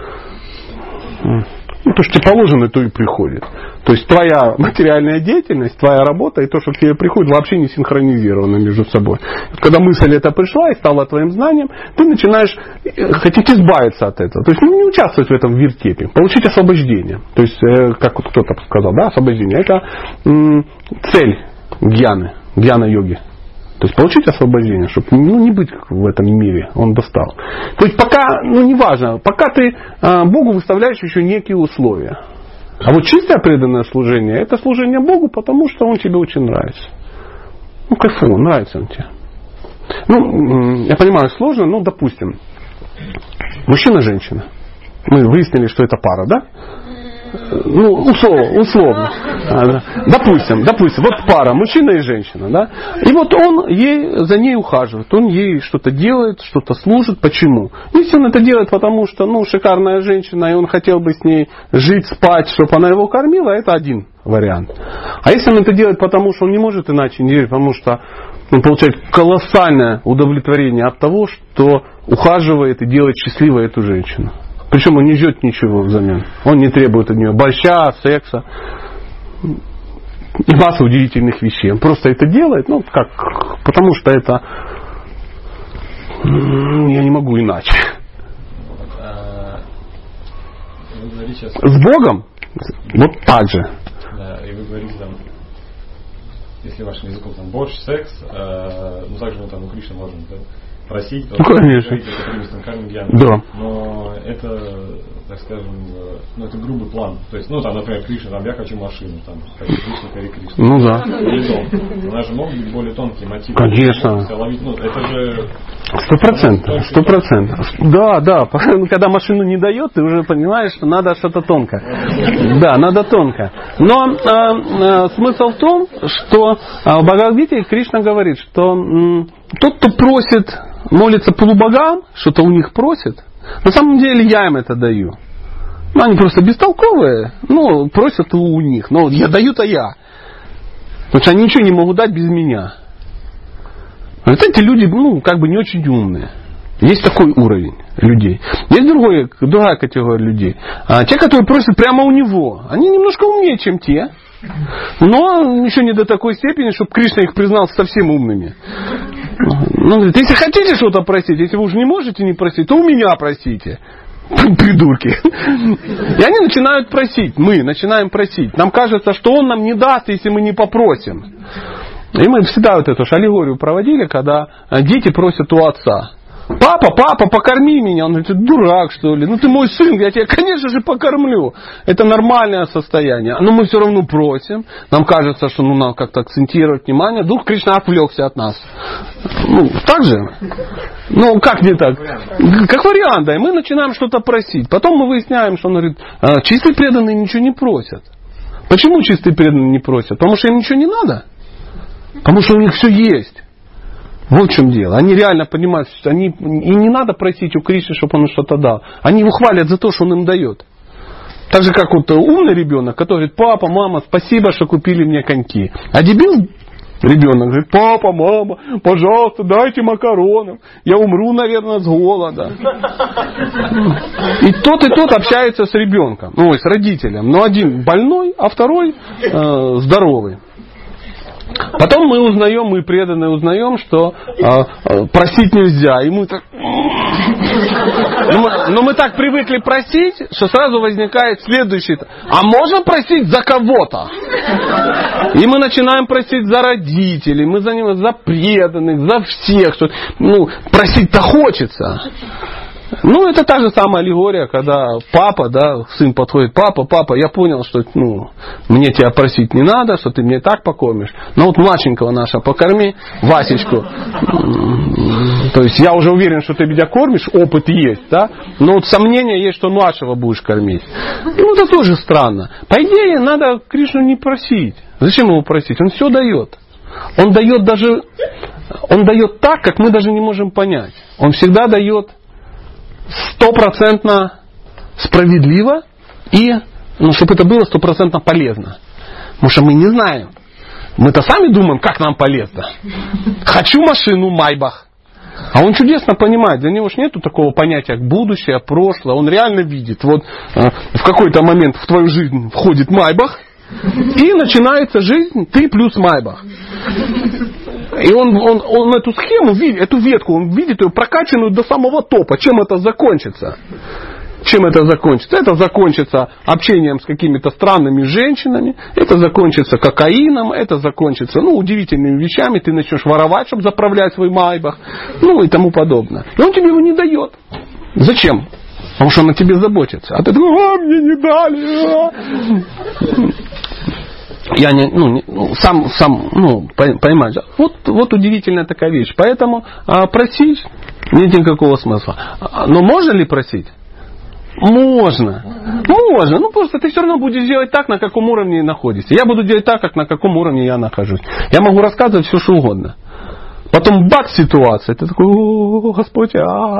Speaker 1: Ну, то, что тебе положено, то и приходит. То есть твоя материальная деятельность, твоя работа и то, что к тебе приходит, вообще не синхронизированы между собой. Когда мысль эта пришла и стала твоим знанием, ты начинаешь хотеть избавиться от этого. То есть не участвовать в этом вертепе, получить освобождение. То есть, как вот кто-то сказал, да, освобождение. Это цель гьяны, гьяна-йоги. То есть получить освобождение, чтобы не быть в этом мире, он достал. То есть пока, неважно, пока ты Богу выставляешь еще некие условия. А вот чистое преданное служение, это служение Богу, потому что он тебе очень нравится. Ну, кайфово, нравится он тебе. Ну, я понимаю, сложно, но допустим, мужчина-женщина. Мы выяснили, что это пара, да? Ну, условно. Допустим, вот пара, мужчина и женщина, да? И вот он за ней ухаживает, он ей что-то делает, что-то служит. Почему? Если он это делает, потому что, шикарная женщина, и он хотел бы с ней жить, спать, чтобы она его кормила, это один вариант. А если он это делает, потому что он не может иначе не делать, потому что он получает колоссальное удовлетворение от того, что ухаживает и делает счастливой эту женщину. Причем он не ждет ничего взамен. Он не требует от нее борща, секса и массу удивительных вещей. Он просто это делает, потому что это я не могу иначе. С Богом вот так же.
Speaker 8: Да, и вы говорите там, если вашим языком там борщ, секс, также мы там у Кришны можем просить,
Speaker 1: конечно.
Speaker 8: Да. Но это, так скажем, это грубый план. То есть, например, Кришна, я хочу машину, Кришна, Кришна.
Speaker 1: Ну да.
Speaker 8: Или дом. У нас же могут быть более тонкие мотивы.
Speaker 1: Конечно.
Speaker 8: Это же
Speaker 1: 100%. Да. Когда машину не дает, ты уже понимаешь, что надо что-то тонко. Да, надо тонко. Но смысл в том, что в Бхагавад-гите Кришна говорит, что тот, кто просит, молится полубогам, что-то у них просит, на самом деле я им это даю. Они просто бестолковые, просят у них. Но я даю-то я. Потому что они ничего не могут дать без меня. Вот эти люди, не очень умные. Есть такой уровень людей. Есть другая категория людей. Те, которые просят прямо у него. Они немножко умнее, чем те. Но еще не до такой степени, чтобы Кришна их признал совсем умными. Если хотите что-то просить, если вы уже не можете не просить, то у меня просите. Придурки. И они начинают просить. Мы начинаем просить. Нам кажется, что он нам не даст, если мы не попросим. И мы всегда вот эту аллегорию проводили, когда дети просят у отца. Папа, покорми меня. Он говорит, дурак, что ли? Ты мой сын, я тебя, конечно же, покормлю. Это нормальное состояние. Но мы все равно просим. Нам кажется, что надо как-то акцентировать внимание. Вдруг Кришна отвлекся от нас. Так же? Как не так? Как вариант, да. И мы начинаем что-то просить. Потом мы выясняем, что он говорит, чистые преданные ничего не просят. Почему чистые преданные не просят? Потому что им ничего не надо. Потому что у них все есть. Вот в чем дело. Они реально понимают, что и не надо просить у Кришны, чтобы он что-то дал. Они его хвалят за то, что он им дает. Так же, как умный ребенок, который говорит, папа, мама, спасибо, что купили мне коньки. А дебил ребенок говорит, папа, мама, пожалуйста, дайте макаронов. Я умру, наверное, с голода. И тот общается с ребенком, с родителем. Но один больной, а второй здоровый. Потом мы преданные узнаем, что просить нельзя. И мы так... Но мы так привыкли просить, что сразу возникает следующий. А можно просить за кого-то? И мы начинаем просить за родителей, мы за преданных, за всех. Что, просить-то хочется. Это та же самая аллегория, когда папа, сын подходит, папа, я понял, что мне тебя просить не надо, что ты мне и так покормишь. Но младшенького нашего покорми, Васечку. То есть я уже уверен, что ты меня кормишь, опыт есть, да? Но сомнение есть, что младшего будешь кормить. Это тоже странно. По идее, надо Кришну не просить. Зачем его просить? Он все дает. Он дает так, как мы даже не можем понять. Он всегда дает 100% справедливо и, чтобы это было 100% полезно. Потому что мы не знаем. Мы-то сами думаем, как нам полезно. Хочу машину Майбах. А он чудесно понимает. Для него же нету такого понятия, как будущее, прошлое. Он реально видит. В какой-то момент в твою жизнь входит Майбах. И начинается жизнь ты плюс Майбах. И он эту схему видит, эту ветку, он видит ее прокачанную до самого топа. Чем это закончится? Это закончится общением с какими-то странными женщинами, это закончится кокаином, это закончится удивительными вещами. Ты начнешь воровать, чтобы заправлять свой Майбах, и тому подобное. И он тебе его не дает. Зачем? Потому что он о тебе заботится. А ты такой, мне не дали. Я понимаешь. Вот удивительная такая вещь. Поэтому просить нет никакого смысла. Но можно ли просить? Можно. Просто ты все равно будешь делать так, на каком уровне находишься. Я буду делать так, на каком уровне я нахожусь. Я могу рассказывать все, что угодно. Потом бац, ситуация. Ты такой, о, Господь,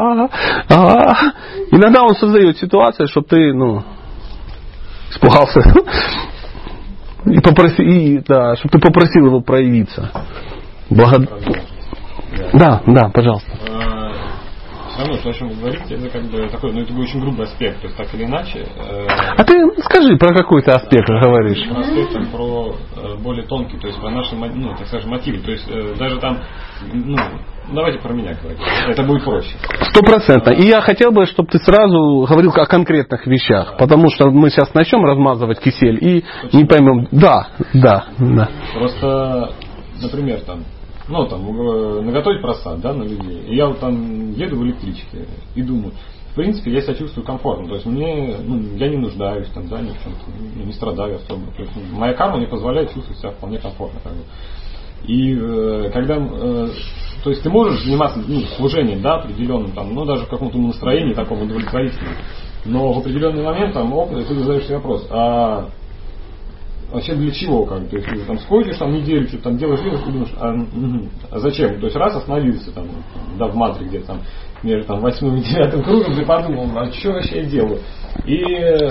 Speaker 1: Иногда он создает ситуацию, чтобы ты, испугался. Чтобы ты попросил его проявиться. Да, пожалуйста.
Speaker 8: Все равно, то, о чем вы говорите, это такой, это очень грубый аспект, то есть так или иначе.
Speaker 1: А ты скажи, про какой-то аспект говоришь?
Speaker 8: Про аспект, про более тонкий, то есть про наши, так скажем, мотивы. То есть даже там, давайте про меня говорить. Это будет проще.
Speaker 1: 100%. И я хотел бы, чтобы ты сразу говорил о конкретных вещах, потому что мы сейчас начнем размазывать кисель и не поймем. Да.
Speaker 8: Просто, например, наготовить просад, на людей. И я еду в электричке и думаю, в принципе, я себя чувствую комфортно. То есть я не нуждаюсь ни в чем-то, не страдаю особо. То есть моя карма мне позволяет чувствовать себя вполне комфортно. И когда, то есть ты можешь заниматься служением, определенным, даже в каком-то настроении таком удовлетворительном. Но в определенный момент ты задаешь себе вопрос, вообще для чего? То есть ты сходишь неделю, что-то делаешь, ты думаешь, а зачем? То есть раз остановился в мантре где-то между 8 и 9 кругом, ты подумал, а что вообще я делаю? И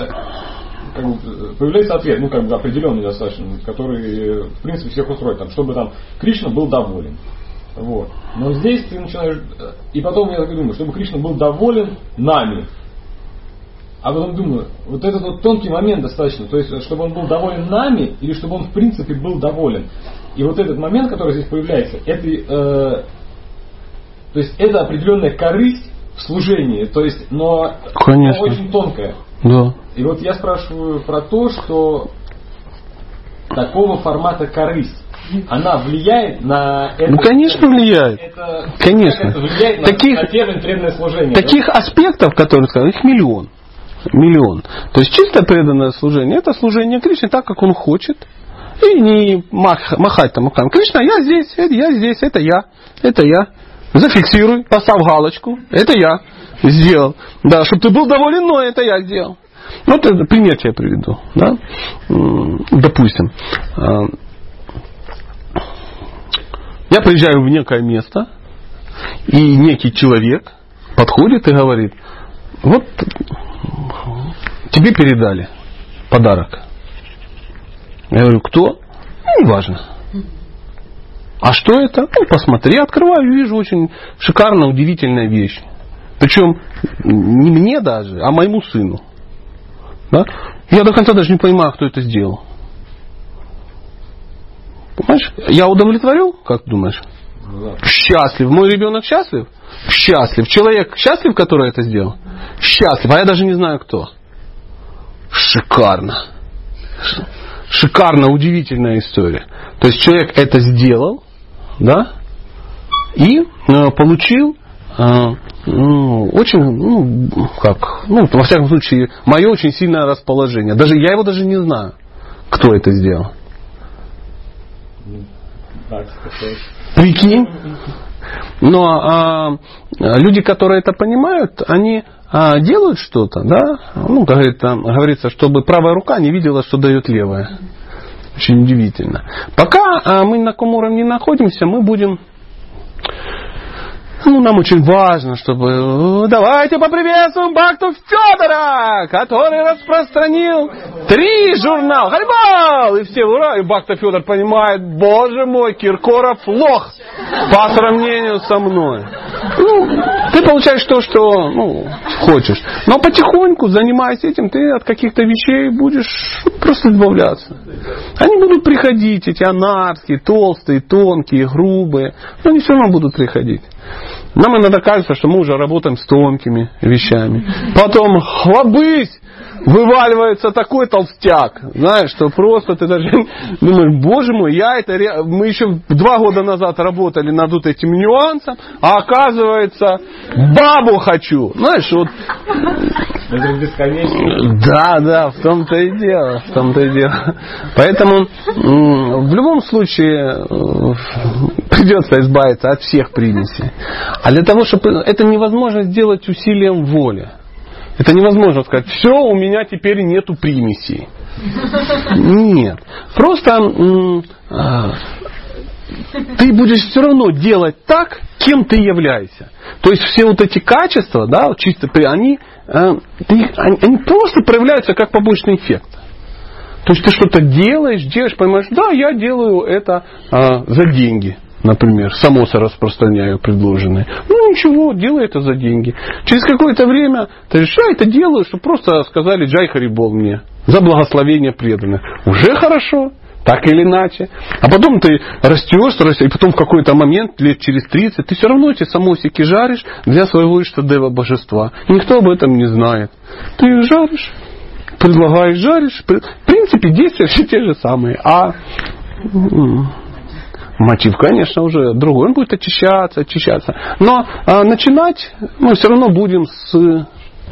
Speaker 8: появляется ответ, определенный достаточно, который в принципе всех устроит, чтобы Кришна был доволен. Вот. Но здесь ты начинаешь, и потом я думаю, чтобы Кришна был доволен нами. А потом думаю, вот этот тонкий момент достаточно, то есть, чтобы он был доволен нами, или чтобы он в принципе был доволен. И вот этот момент, который здесь появляется, то есть это определенная корысть в служении, то есть, но очень тонкая.
Speaker 1: Да.
Speaker 8: И вот я спрашиваю про то, что такого формата корысть, она влияет на это?
Speaker 1: Конечно, влияет. Конечно.
Speaker 8: Это влияет на преданное служение.
Speaker 1: Таких аспектов, которые сказали, их миллион. То есть чисто преданное служение, это служение Кришне так, как он хочет. И не махать руками. Кришна, я здесь, это я. Зафиксируй, поставь галочку, это я сделал. Да, чтобы ты был доволен, но это я сделал. Это пример тебе приведу. Да? Допустим, я приезжаю в некое место, и некий человек подходит и говорит, вот тебе передали подарок. Я говорю, кто? Неважно. А что это? Посмотри, я открываю, вижу очень шикарная, удивительная вещь. Причем не мне даже, а моему сыну. Да? Я до конца даже не понимаю, кто это сделал. Понимаешь? Я удовлетворил, как думаешь? Счастлив. Мой ребенок счастлив? Счастлив. Человек счастлив, который это сделал? Счастлив. А я даже не знаю кто. Шикарно. Шикарно, удивительная история. То есть человек это сделал, да, и получил очень, во всяком случае, мое очень сильное расположение. Я его даже не знаю, кто это сделал. Прикинь. Но люди, которые это понимают, они делают что-то, да, говорится, чтобы правая рука не видела, что дает левая. Очень удивительно. Пока мы на каком уровне находимся, мы будем... нам очень важно, чтобы... Давайте поприветствуем Бхакту Федора, который распространил 3 журнала. Харибал! И все ура! И Бхакта Федор понимает, боже мой, Киркоров лох по сравнению со мной. Ты получаешь то, что хочешь. Но потихоньку, занимаясь этим, ты от каких-то вещей будешь просто избавляться. Они будут приходить, эти анарские, толстые, тонкие, грубые. Но они все равно будут приходить. Нам иногда кажется, что мы уже работаем с тонкими вещами. Потом, хлобысь, вываливается такой толстяк. Знаешь, что просто ты даже думаешь, боже мой, мы еще 2 года назад работали над вот этим нюансом, а оказывается, бабу хочу. Знаешь, вот...
Speaker 8: Это бесконечно.
Speaker 1: Да, в том-то и дело. Поэтому в любом случае придется избавиться от всех примесей. А для того, чтобы это невозможно сделать усилием воли. Это невозможно сказать, все, у меня теперь нету примесей. Нет. Просто ты будешь все равно делать так, кем ты являешься. То есть все вот эти качества, да, чисто они просто проявляются как побочный эффект. То есть ты что-то делаешь, понимаешь, да, я делаю это за деньги. Например, самосы распространяю предложенные. Ничего, делай это за деньги. Через какое-то время ты говоришь, я это делаю, чтобы просто сказали Джай Харибол мне. За благословение преданных. Уже хорошо, так или иначе. А потом ты растешь, и потом в какой-то момент, лет через 30, ты все равно эти самосики жаришь для своего Иштадева божества. И никто об этом не знает. Ты их жаришь, предлагаешь, жаришь. В принципе, действия все те же самые. Мотив, конечно, уже другой. Он будет очищаться. Но начинать мы все равно будем с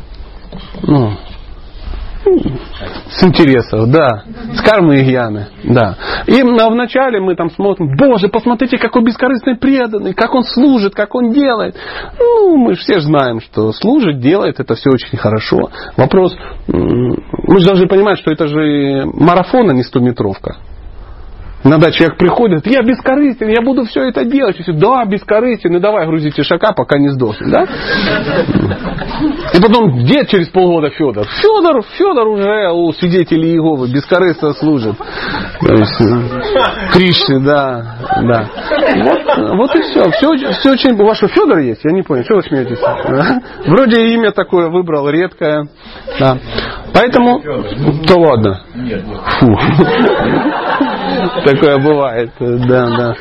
Speaker 1: интересов, да. С кармы и гьяны, да. И вначале мы там смотрим, боже, посмотрите, какой бескорыстный преданный, как он служит, как он делает. Мы же все знаем, что служит, делает, это все очень хорошо. Вопрос, мы же должны понимать, что это же марафон, а не 100-метровка. Иногда человек приходит, я бескорыстен, я буду все это делать. Все, да, бескорыстен, давай грузи тишака, пока не сдохнет. Да? И потом, где через полгода Федор? Федор уже у свидетелей Иеговы бескорыстно служит. Кришне, да. Вот и все. Все очень... У вас что, Федор есть? Я не понял, что вы смеетесь? Вроде имя такое выбрал, редкое. Да. Поэтому... То ладно.
Speaker 5: Нет.
Speaker 1: Фу. Такое бывает, да.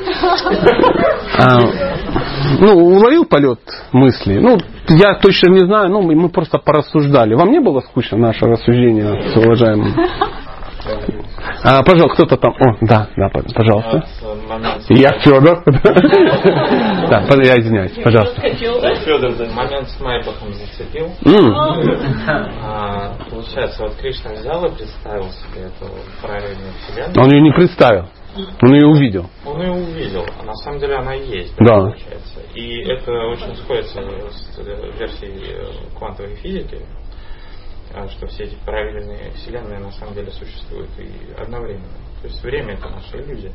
Speaker 1: Уловил полет мысли. Я точно не знаю, мы просто порассуждали. Вам не было скучно наше рассуждение с уважаемым? Пожалуйста, кто-то там. Да, пожалуйста. Я Федор. Да, я извиняюсь, пожалуйста.
Speaker 9: Федор момент с Майбахом зацепил. Получается, вот Кришна взял и представил себе эту параллельную вселенную.
Speaker 1: Он ее не представил. Он ее увидел.
Speaker 9: Он ее увидел. А на самом деле она есть.
Speaker 1: Да.
Speaker 9: Получается. И это очень сходится с версией квантовой физики, что все эти параллельные вселенные на самом деле существуют и одновременно. То есть время — это наша иллюзия.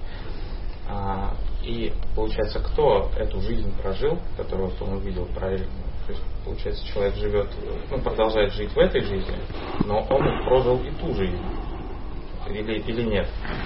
Speaker 9: И получается, кто эту жизнь прожил, которую он увидел параллельно, то есть получается, человек живет, продолжает жить в этой жизни, но он прожил и ту жизнь. Или нет?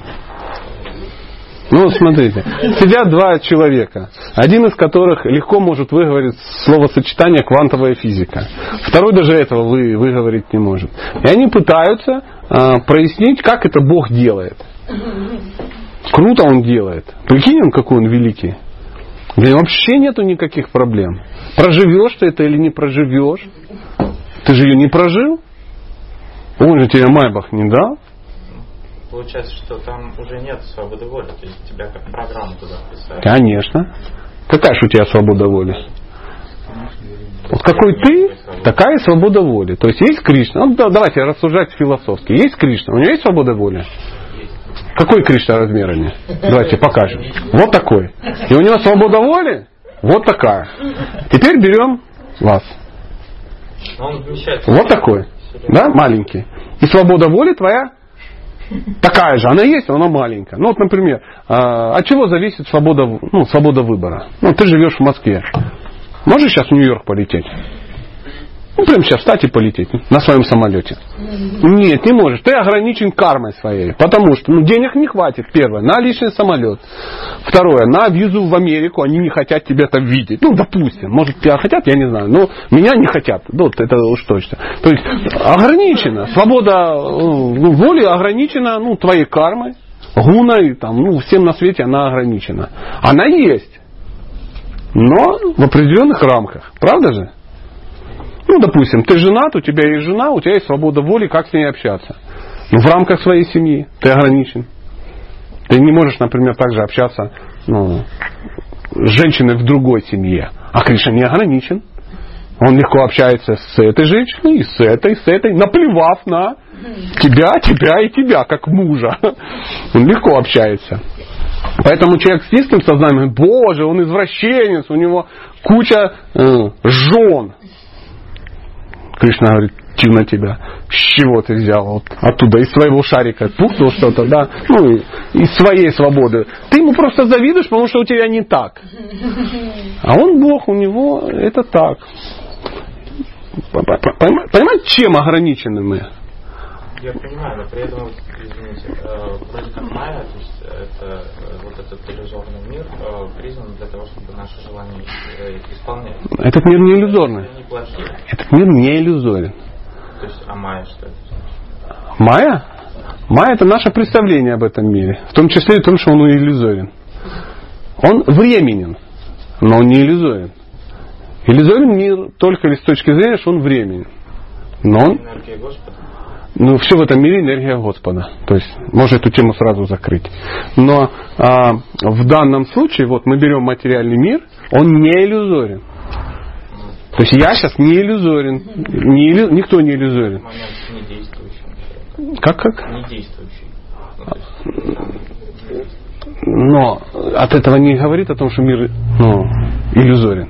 Speaker 1: Смотрите, сидят 2 человека, один из которых легко может выговорить словосочетание «квантовая физика», второй даже этого выговорить не может. И они пытаются прояснить, как это Бог делает. Круто он делает. Прикинь, он какой он великий. Для него вообще нету никаких проблем. Проживешь ты это или не проживешь? Ты же ее не прожил? Он же тебе Майбах не дал.
Speaker 9: Получается, что там уже нет свободы воли. То есть тебя как программу туда писали.
Speaker 1: Конечно. Какая же у тебя свобода воли? Вот какой ты, такая свобода воли. То есть есть Кришна. Ну, давайте рассуждать философски. Есть Кришна. У него есть свобода воли? Какой Кришна размерами? Давайте покажем. Вот такой. И у него свобода воли вот такая. Теперь берем вас. Вот такой. Да, маленький. И свобода воли твоя такая же. Она есть, но она маленькая. Ну вот, например, от чего зависит свобода выбора? Ну, ты живешь в Москве. Можешь сейчас в Нью-Йорк полететь? Ну, прямо сейчас встать и полететь на своем самолете. Нет, не можешь. Ты ограничен кармой своей. Потому что денег не хватит, первое, на личный самолет. Второе, на визу в Америку. Они не хотят тебя там видеть. Ну, допустим. Может, тебя хотят, я не знаю. Но меня не хотят. Вот это уж точно. То есть, ограничена. Свобода воли ограничена твоей кармой, гуной, всем на свете она ограничена. Она есть. Но в определенных рамках. Правда же? Ну, допустим, ты женат, у тебя есть жена, у тебя есть свобода воли, как с ней общаться. Но в рамках своей семьи ты ограничен. Ты не можешь, например, также общаться с женщиной в другой семье. А Кришна не ограничен. Он легко общается с этой женщиной, и с этой, наплевав на тебя и тебя, как мужа. Он легко общается. Поэтому человек с низким сознанием, боже, он извращенец, у него куча жен. Кришна говорит, на тебя. С чего ты взял? Вот оттуда, из своего шарика пухнул что-то, да? Из своей свободы. Ты ему просто завидуешь, потому что у тебя не так. А он Бог, у него это так. Понимаете, чем ограничены мы?
Speaker 9: Я понимаю, но при этом, извините, вроде как майя, то есть это вот этот иллюзорный мир призван для того, чтобы наши желания исполнять.
Speaker 1: Этот мир не иллюзорный. Этот мир не иллюзорен.
Speaker 9: То есть, а майя что это значит?
Speaker 1: Майя? Майя — это наше представление об этом мире. В том числе и в том, что он иллюзорен. Он временен, но он не иллюзорен. Иллюзорен мир только лишь с точки зрения, что он временен. Но он...
Speaker 9: Энергия Господа.
Speaker 1: Все в этом мире энергия Господа. То есть, можно эту тему сразу закрыть. Но в данном случае, вот мы берем материальный мир, он не иллюзорен. То есть, я сейчас не иллюзорен. Никто не иллюзорен.
Speaker 9: Момент недействующий.
Speaker 1: Как?
Speaker 9: Недействующий.
Speaker 1: Но от этого не говорит о том, что мир иллюзорен.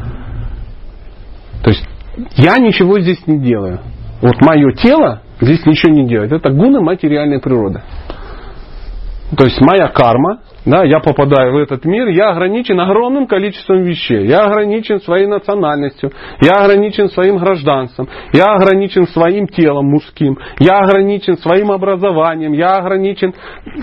Speaker 1: То есть, я ничего здесь не делаю. Вот мое тело здесь ничего не делает. Это гуна материальной природы. То есть моя карма, да, я попадаю в этот мир, я ограничен огромным количеством вещей. Я ограничен своей национальностью, я ограничен своим гражданством, я ограничен своим телом мужским, я ограничен своим образованием, я ограничен...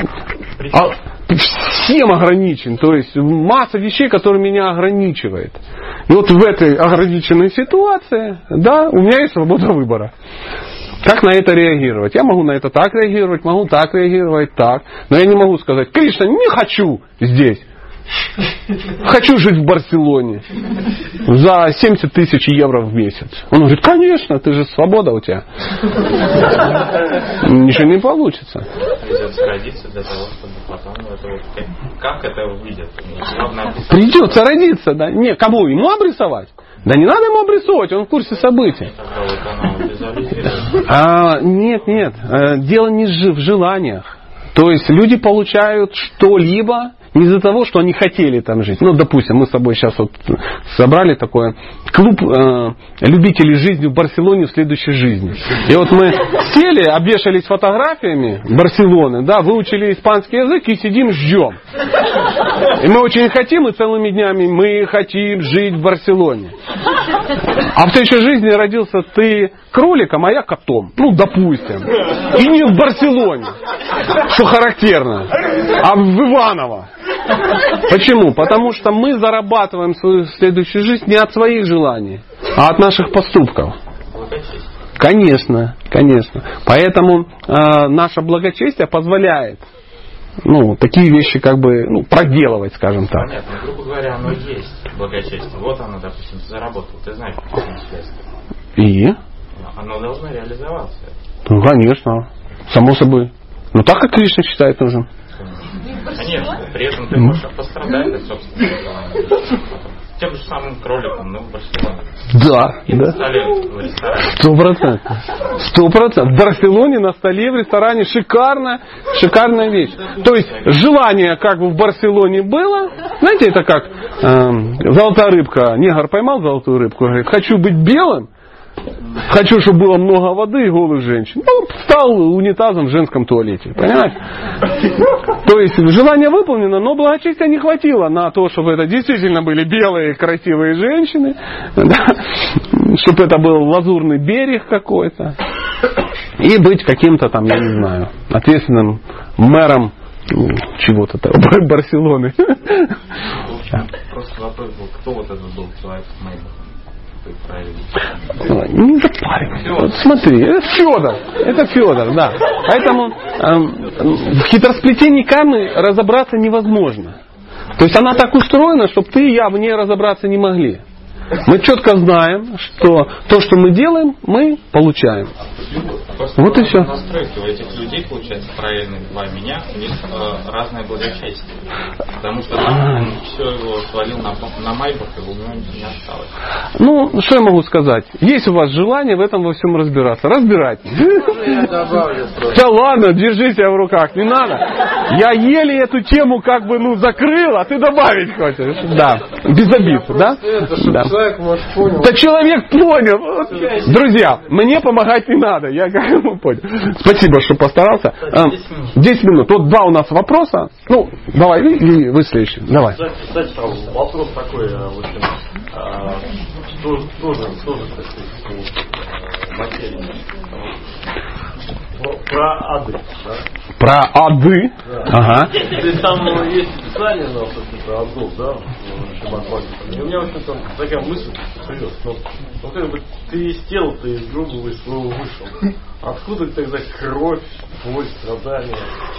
Speaker 1: Всем ограничен. То есть масса вещей, которые меня ограничивает. И вот в этой ограниченной ситуации, да, у меня есть свобода выбора. Как на это реагировать? Я могу на это так реагировать, могу так реагировать, так. Но я не могу сказать, Кришна, не хочу здесь. Хочу жить в Барселоне за 70 тысяч евро в месяц. Он говорит, конечно, ты же свобода у тебя. Ничего не получится.
Speaker 9: Придется родиться для того, чтобы потом как это выйдет?
Speaker 1: Придется родиться, да? Не, кому? Ему обрисовать? Да не надо ему обрисовывать, он в курсе событий. Нет. Дело не в желаниях. То есть люди получают что-либо не из-за того, что они хотели там жить. Ну, допустим, мы с тобой сейчас вот собрали такой клуб любителей жизни в Барселоне в следующей жизни. И вот мы сели, обвешались фотографиями Барселоны, да, выучили испанский язык и сидим, ждем. И мы очень хотим, и целыми днями мы хотим жить в Барселоне. А в следующей жизни родился ты кроликом, а я котом. Ну, допустим. И не в Барселоне, что характерно, а в Иваново. Почему? Потому что мы зарабатываем свою следующую жизнь не от своих желаний, а от наших поступков. Конечно. Поэтому наше благочестие позволяет ну, такие вещи как бы, ну, проделывать, скажем так.
Speaker 9: Понятно, грубо говоря, оно есть благочестие. Вот оно, допустим, ты заработал, ты знаешь, какие связи.
Speaker 1: И?
Speaker 9: Оно должно реализоваться.
Speaker 1: Ну, конечно, само собой. Но так, как Кришна считает нужным.
Speaker 9: Конечно, при этом ты можешь пострадать от собственного желания. Тем же самым кроликом, в Барселоне.
Speaker 1: Да,
Speaker 9: на столе в ресторане.
Speaker 1: 100%. В Барселоне на столе в ресторане шикарная вещь. То есть желание как бы в Барселоне было. Знаете, это как золотая рыбка. Негр поймал золотую рыбку и говорит: хочу быть белым. Хочу, чтобы было много воды и голых женщин. Ну, стал унитазом в женском туалете. Понимаете? То есть желание выполнено, но благочестия не хватило на то, чтобы это действительно были белые красивые женщины. Да? Чтобы это был лазурный берег какой-то. И быть каким-то там, я не знаю, ответственным мэром чего-то там, Барселоны.
Speaker 9: Просто вопрос был, кто вот этот был человек с Мэйбом?
Speaker 1: Не запаривайся. Вот смотри, это Федор, да. Поэтому в хитросплетении кармы разобраться невозможно. То есть она так устроена, чтобы ты и я в ней разобраться не могли. Мы четко знаем, что то, что мы делаем, мы получаем.
Speaker 9: Просто
Speaker 1: вот и все.
Speaker 9: Настройки у этих людей, получается, правильных два меня, у них разное благочестие. Потому что он все его свалил на Майбах, и у него не осталось.
Speaker 1: Ну, что я могу сказать? Есть у вас желание в этом во всем разбираться. Разбирайтесь. Да ладно, держи себя в руках, не надо. Я еле эту тему как бы закрыл, а ты добавить хочешь. Да, без обид, да? Да. Да человек понял. Друзья, мне помогать не надо. Я как бы понял. Спасибо, что постарался. 10 минут. Вот два у нас вопроса. Ну, давай, вы следующий. Давай.
Speaker 5: Кстати, там вопрос такой, в общем, тоже, так сказать, материи. Про ады. Да?
Speaker 1: Про ады?
Speaker 5: Да.
Speaker 1: Ага.
Speaker 5: То есть там есть специальное, собственно, про адов, да, и у меня, в общем-то, такая мысль появилась. Ну, как бы ты из тела, ты из грубого, из своего вышел. Откуда тогда кровь, боль, страдания?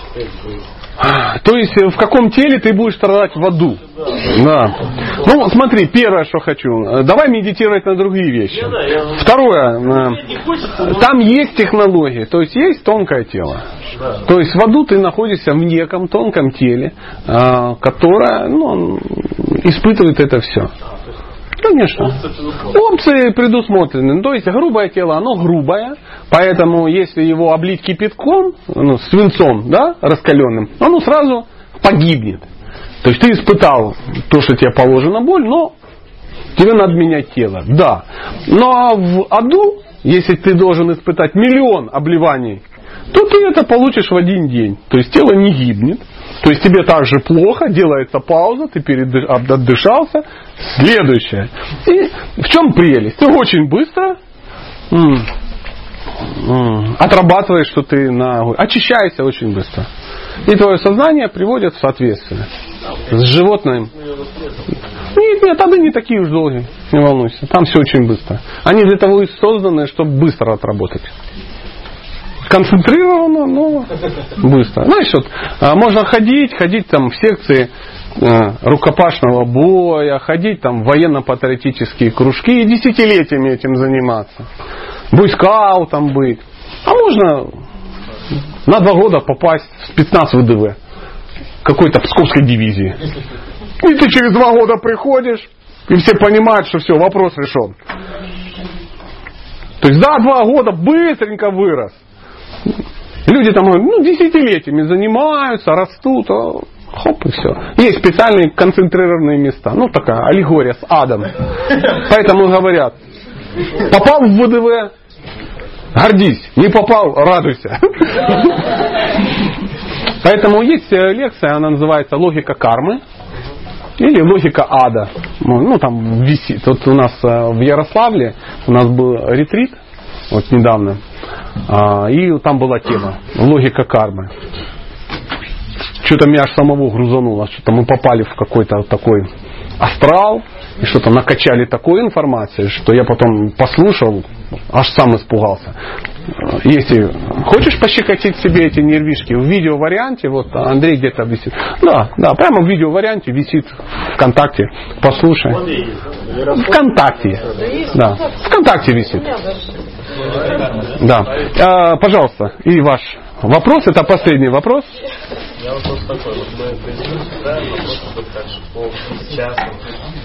Speaker 1: То есть в каком теле ты будешь страдать в аду? Да. Ну, смотри, первое, что хочу. Давай медитировать на другие вещи. Второе. Там есть технологии. То есть есть тонкое тело. То есть в аду ты находишься в неком тонком теле, которое испытывает это все. Конечно. Опции предусмотрены. То есть грубое тело, оно грубое. Поэтому если его облить кипятком, свинцом, да, раскаленным, оно сразу погибнет. То есть ты испытал то, что тебе положено боль, но тебе надо менять тело. Да. Но в аду, если ты должен испытать 1 000 000 обливаний, то ты это получишь в один день. То есть тело не гибнет. То есть тебе также плохо, делается пауза, ты отдышался. Следующее. И в чем прелесть? Ты очень быстро отрабатываешь, что ты очищаешься очень быстро. И твое сознание приводит в соответствие с животным. Нет, ады не такие уж долгие, не волнуйся. Там все очень быстро. Они для того и созданы, чтобы быстро отработать. Концентрированно, но быстро. Знаешь, вот, можно ходить там в секции рукопашного боя, ходить там в военно-патриотические кружки и десятилетиями этим заниматься. Бойскаутом быть. А можно на 2 года попасть в спецназ ВДВ какой-то Псковской дивизии. И ты через 2 года приходишь, и все понимают, что все, вопрос решен. То есть за 2 года быстренько вырос. Люди там десятилетиями занимаются, растут, хоп, и все. Есть специальные концентрированные места. Такая аллегория с адом. Поэтому говорят, попал в ВДВ, гордись, не попал, радуйся. Поэтому есть лекция, она называется «Логика кармы» или «Логика ада». Там висит. Вот у нас в Ярославле у нас был ретрит, вот недавно. И там была тема «Логика кармы». Что-то меня аж самого грузануло. Что-то мы попали в какой-то такой астрал, и что-то накачали такой информации, что я потом послушал, аж сам испугался. Если хочешь пощекотить себе эти нервишки, в видео-варианте, вот Андрей где-то висит. Да, прямо в видео-варианте висит ВКонтакте. Послушай. ВКонтакте. Да, ВКонтакте висит. Да. Пожалуйста, и ваш вопрос, это последний вопрос.
Speaker 9: Я вопрос такой, вот мы производим, да, вопрос как по частным,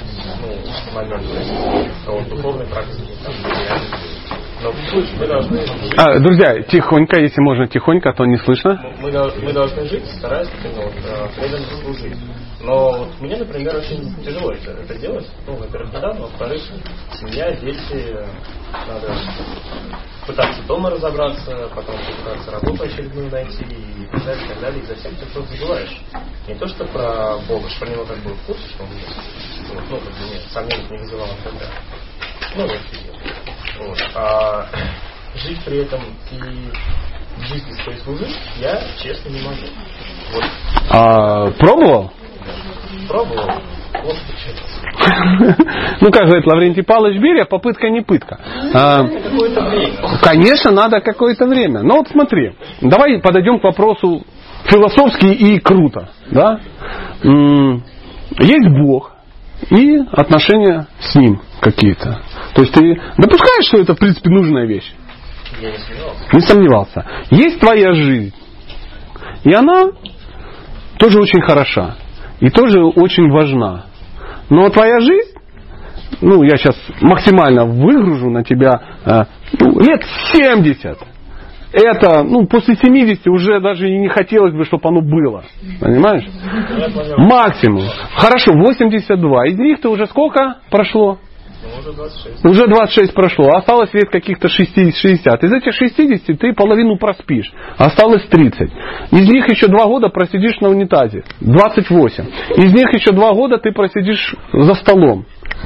Speaker 9: моментам, духовной практики, но в случае мы должны жить...
Speaker 1: Друзья, тихонько, если можно тихонько, а то не слышно.
Speaker 9: Мы должны жить, стараясь преданно служить. Но вот мне, например, очень тяжело это делать. Во-первых, недавно, во-вторых, семья, дети, надо пытаться дома разобраться, потом пытаться работу очередную найти и так далее, и так далее. И за всем ты просто забываешь. Не то, что про Бога, что про него как бы в курсе, что он есть. Как бы нет, сомнений не вызывало тогда. А жить при этом и в жизни своей служить я, честно, не могу. Вот.
Speaker 1: Пробовал?
Speaker 9: Пробовал.
Speaker 1: Ну, как говорит Лаврентий Павлович Берия, попытка не пытка. Конечно, надо какое-то время. Но вот смотри, давай подойдем к вопросу философски и круто. Да? Есть Бог и отношения с Ним какие-то. То есть ты допускаешь, что это в принципе нужная вещь?
Speaker 9: Я не сомневался.
Speaker 1: Не сомневался. Есть твоя жизнь. И она тоже очень хороша. И тоже очень важна. Но твоя жизнь, я сейчас максимально выгружу на тебя лет 70. Это, после 70 уже даже и не хотелось бы, чтобы оно было. Понимаешь? Максимум. Хорошо, 82. Из них ты уже сколько прошло?
Speaker 9: Уже 26.
Speaker 1: Уже 26 прошло. Осталось лет каких-то 60. Из этих 60 ты половину проспишь. Осталось 30. Из них еще 2 года просидишь на унитазе. 28. Из них еще 2 года ты просидишь за столом.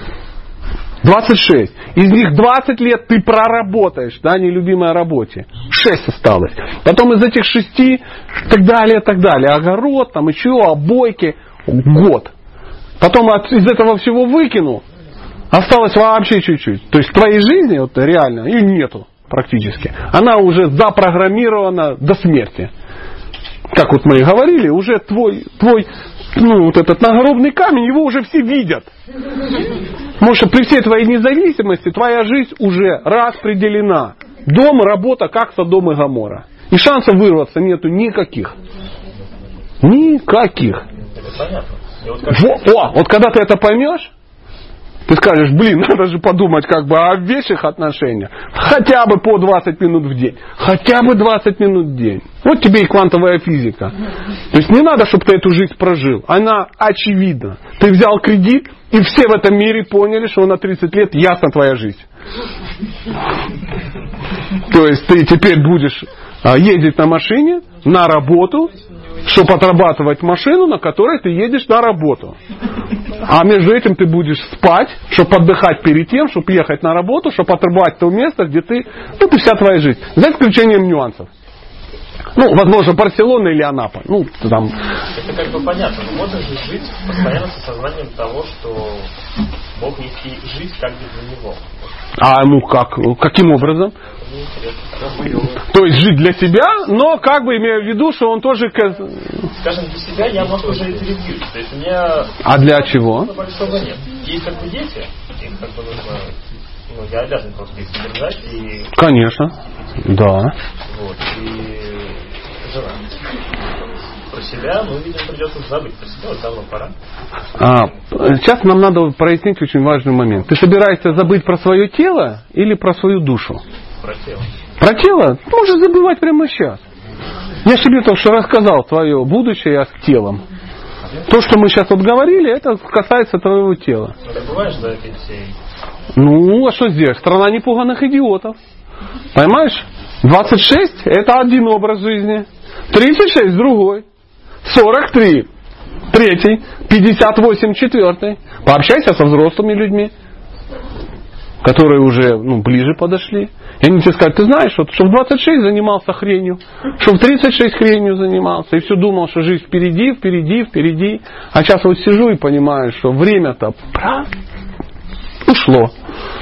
Speaker 1: 26. Из них 20 лет ты проработаешь на нелюбимой работе. 6 осталось. Потом из этих 6 так далее, так далее. Огород, там еще, обойки. Год. Потом из этого всего выкинул. Осталось вообще чуть-чуть. То есть в твоей жизни вот реально и нету практически. Она уже запрограммирована до смерти. Как вот мы и говорили, уже твой этот нагробный камень, его уже все видят. Потому что при всей твоей независимости твоя жизнь уже распределена. Дом, работа, как Содом и Гоморра. И шансов вырваться нету никаких. Никаких.
Speaker 9: Это понятно.
Speaker 1: Вот когда ты это поймешь, ты скажешь, надо же подумать о вещих отношениях. Хотя бы по 20 минут в день. Хотя бы 20 минут в день. Вот тебе и квантовая физика. То есть не надо, чтобы ты эту жизнь прожил. Она очевидна. Ты взял кредит, и все в этом мире поняли, что на 30 лет ясна твоя жизнь. То есть ты теперь будешь ездить на машине на работу, чтобы отрабатывать машину, на которой ты едешь на работу. А между этим ты будешь спать, чтобы отдыхать перед тем, чтобы ехать на работу, чтобы отрабатывать то место, где ты... Это вся твоя жизнь. За исключением нюансов. Возможно, Барселона или Анапа. Там...
Speaker 9: Это понятно. Но можно же жить постоянно с осознанием того, что Бог есть и жить как бы для Него.
Speaker 1: Каким образом? То есть жить для себя, но имея в виду, что он тоже...
Speaker 9: Скажем, для себя я, может, уже это ревью. То есть у меня...
Speaker 1: А для чего?
Speaker 9: Большого нет. Есть дети, им нужно... я обязан просто их содержать и...
Speaker 1: Конечно. Да.
Speaker 9: И жена. Про себя, видимо, придется забыть. Про себя давно пора.
Speaker 1: Сейчас нам надо прояснить очень важный момент. Ты собираешься забыть про свое тело или про свою душу?
Speaker 9: Про тело.
Speaker 1: Про тело? Можешь забывать прямо сейчас. Я себе только что рассказал твое будущее с телом. То, что мы сейчас говорили, это касается твоего тела.
Speaker 9: Забываешь за этой всей...
Speaker 1: А что здесь? Страна непуганных идиотов. Понимаешь? 26 это один образ жизни. 36 другой. 43 третий. 58 четвертый. Пообщайся со взрослыми людьми. которые уже ближе подошли. И они тебе скажут, ты знаешь, вот, что в 26 занимался хренью, что в 36 хренью занимался, и все думал, что жизнь впереди, впереди, впереди. А сейчас вот сижу и понимаю, что время-то ушло.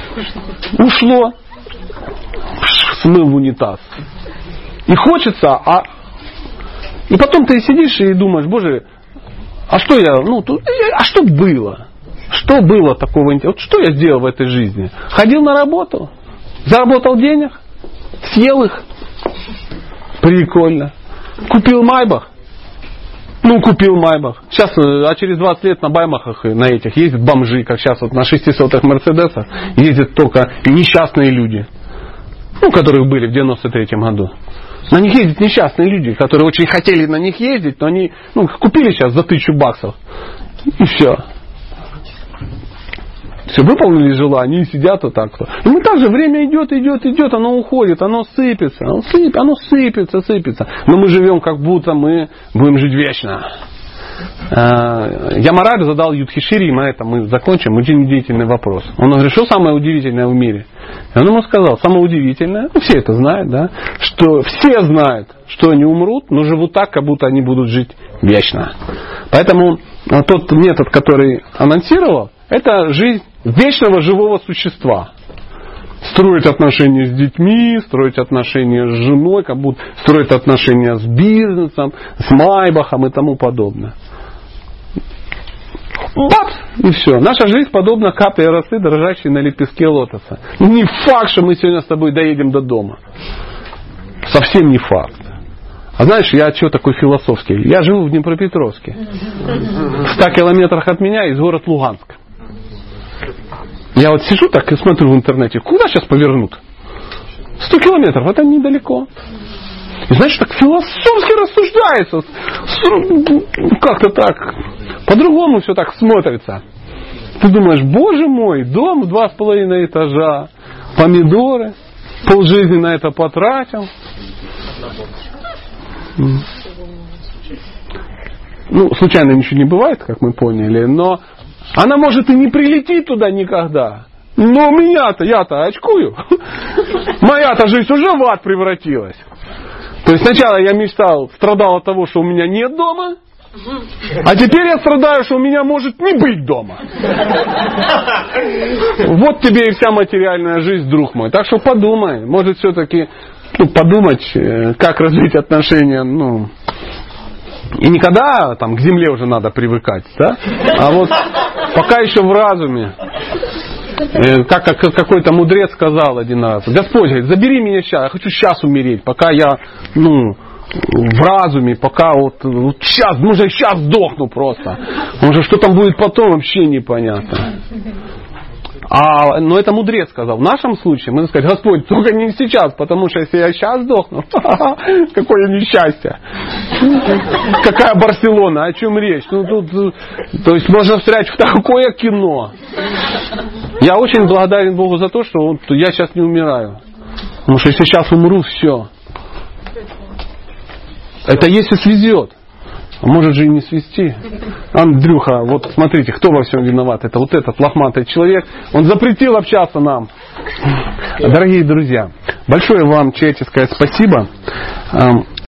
Speaker 1: Смыл в унитаз. И хочется, и потом ты сидишь и думаешь, боже, а что а что было? Что было такого интересного? Вот что я сделал в этой жизни? Ходил на работу, заработал денег, съел их. Прикольно. Купил Майбах. Купил Майбах. Сейчас, через 20 лет на Баймахах и на этих ездят бомжи, как сейчас вот на 600-х Мерседесах ездят только несчастные люди. Которых были в 93-м году. На них ездят несчастные люди, которые очень хотели на них ездить, но они купили сейчас за $1000. И все. Все, выполнили желание и сидят вот так. И мы также, время идет, оно уходит, оно сыпется. Оно сыпется. Но мы живем, как будто мы будем жить вечно. Ямарадж задал Юдхишире, и на этом мы закончим, очень удивительный вопрос. Он говорит, что самое удивительное в мире? И он ему сказал, самое удивительное, все это знают, да, что все знают, что они умрут, но живут так, как будто они будут жить вечно. Поэтому тот метод, который анонсировал, это жизнь вечного живого существа. Строить отношения с детьми, строить отношения с женой, как будто строить отношения с бизнесом, с Майбахом и тому подобное. Бац! И все. Наша жизнь подобна капле росы, дрожащей на лепестке лотоса. Не факт, что мы сегодня с тобой доедем до дома. Совсем не факт. А знаешь, я что такой философский? Я живу в Днепропетровске. В 100 километрах от меня есть город Луганск. Я вот сижу так и смотрю в интернете, куда сейчас повернут? 100 километров, это недалеко. И знаешь, так философски рассуждается. Как-то так. По-другому все так смотрится. Ты думаешь, боже мой, дом в 2,5 этажа, помидоры, полжизни на это потратил. Случайно ничего не бывает, как мы поняли, но она может и не прилетит туда никогда. Но меня-то, я-то очкую. Моя-то жизнь уже в ад превратилась. То есть сначала я страдал от того, что у меня нет дома, а теперь я страдаю, что у меня может не быть дома. Вот тебе и вся материальная жизнь, друг мой. Так что подумай, может все-таки подумать, как развить отношения, и никогда к земле уже надо привыкать, да? А вот пока еще в разуме. Как какой-то мудрец сказал один раз, Господь говорит, забери меня сейчас, я хочу сейчас умереть, пока я в разуме, пока вот сейчас, может я сейчас сдохну просто. Может что там будет потом, вообще непонятно. Но это мудрец сказал. В нашем случае мы сказать, Господь, только не сейчас, потому что если я сейчас сдохну, какое несчастье. Какая Барселона, о чем речь? То есть можно встрять в такое кино. Я очень благодарен Богу за то, что я сейчас не умираю. Потому что если сейчас умру, все. Это если свезет. А может же и не свести. Андрюха, вот смотрите, кто во всем виноват. Это вот этот лохматый человек. Он запретил общаться нам. Дорогие друзья, большое вам человеческое спасибо.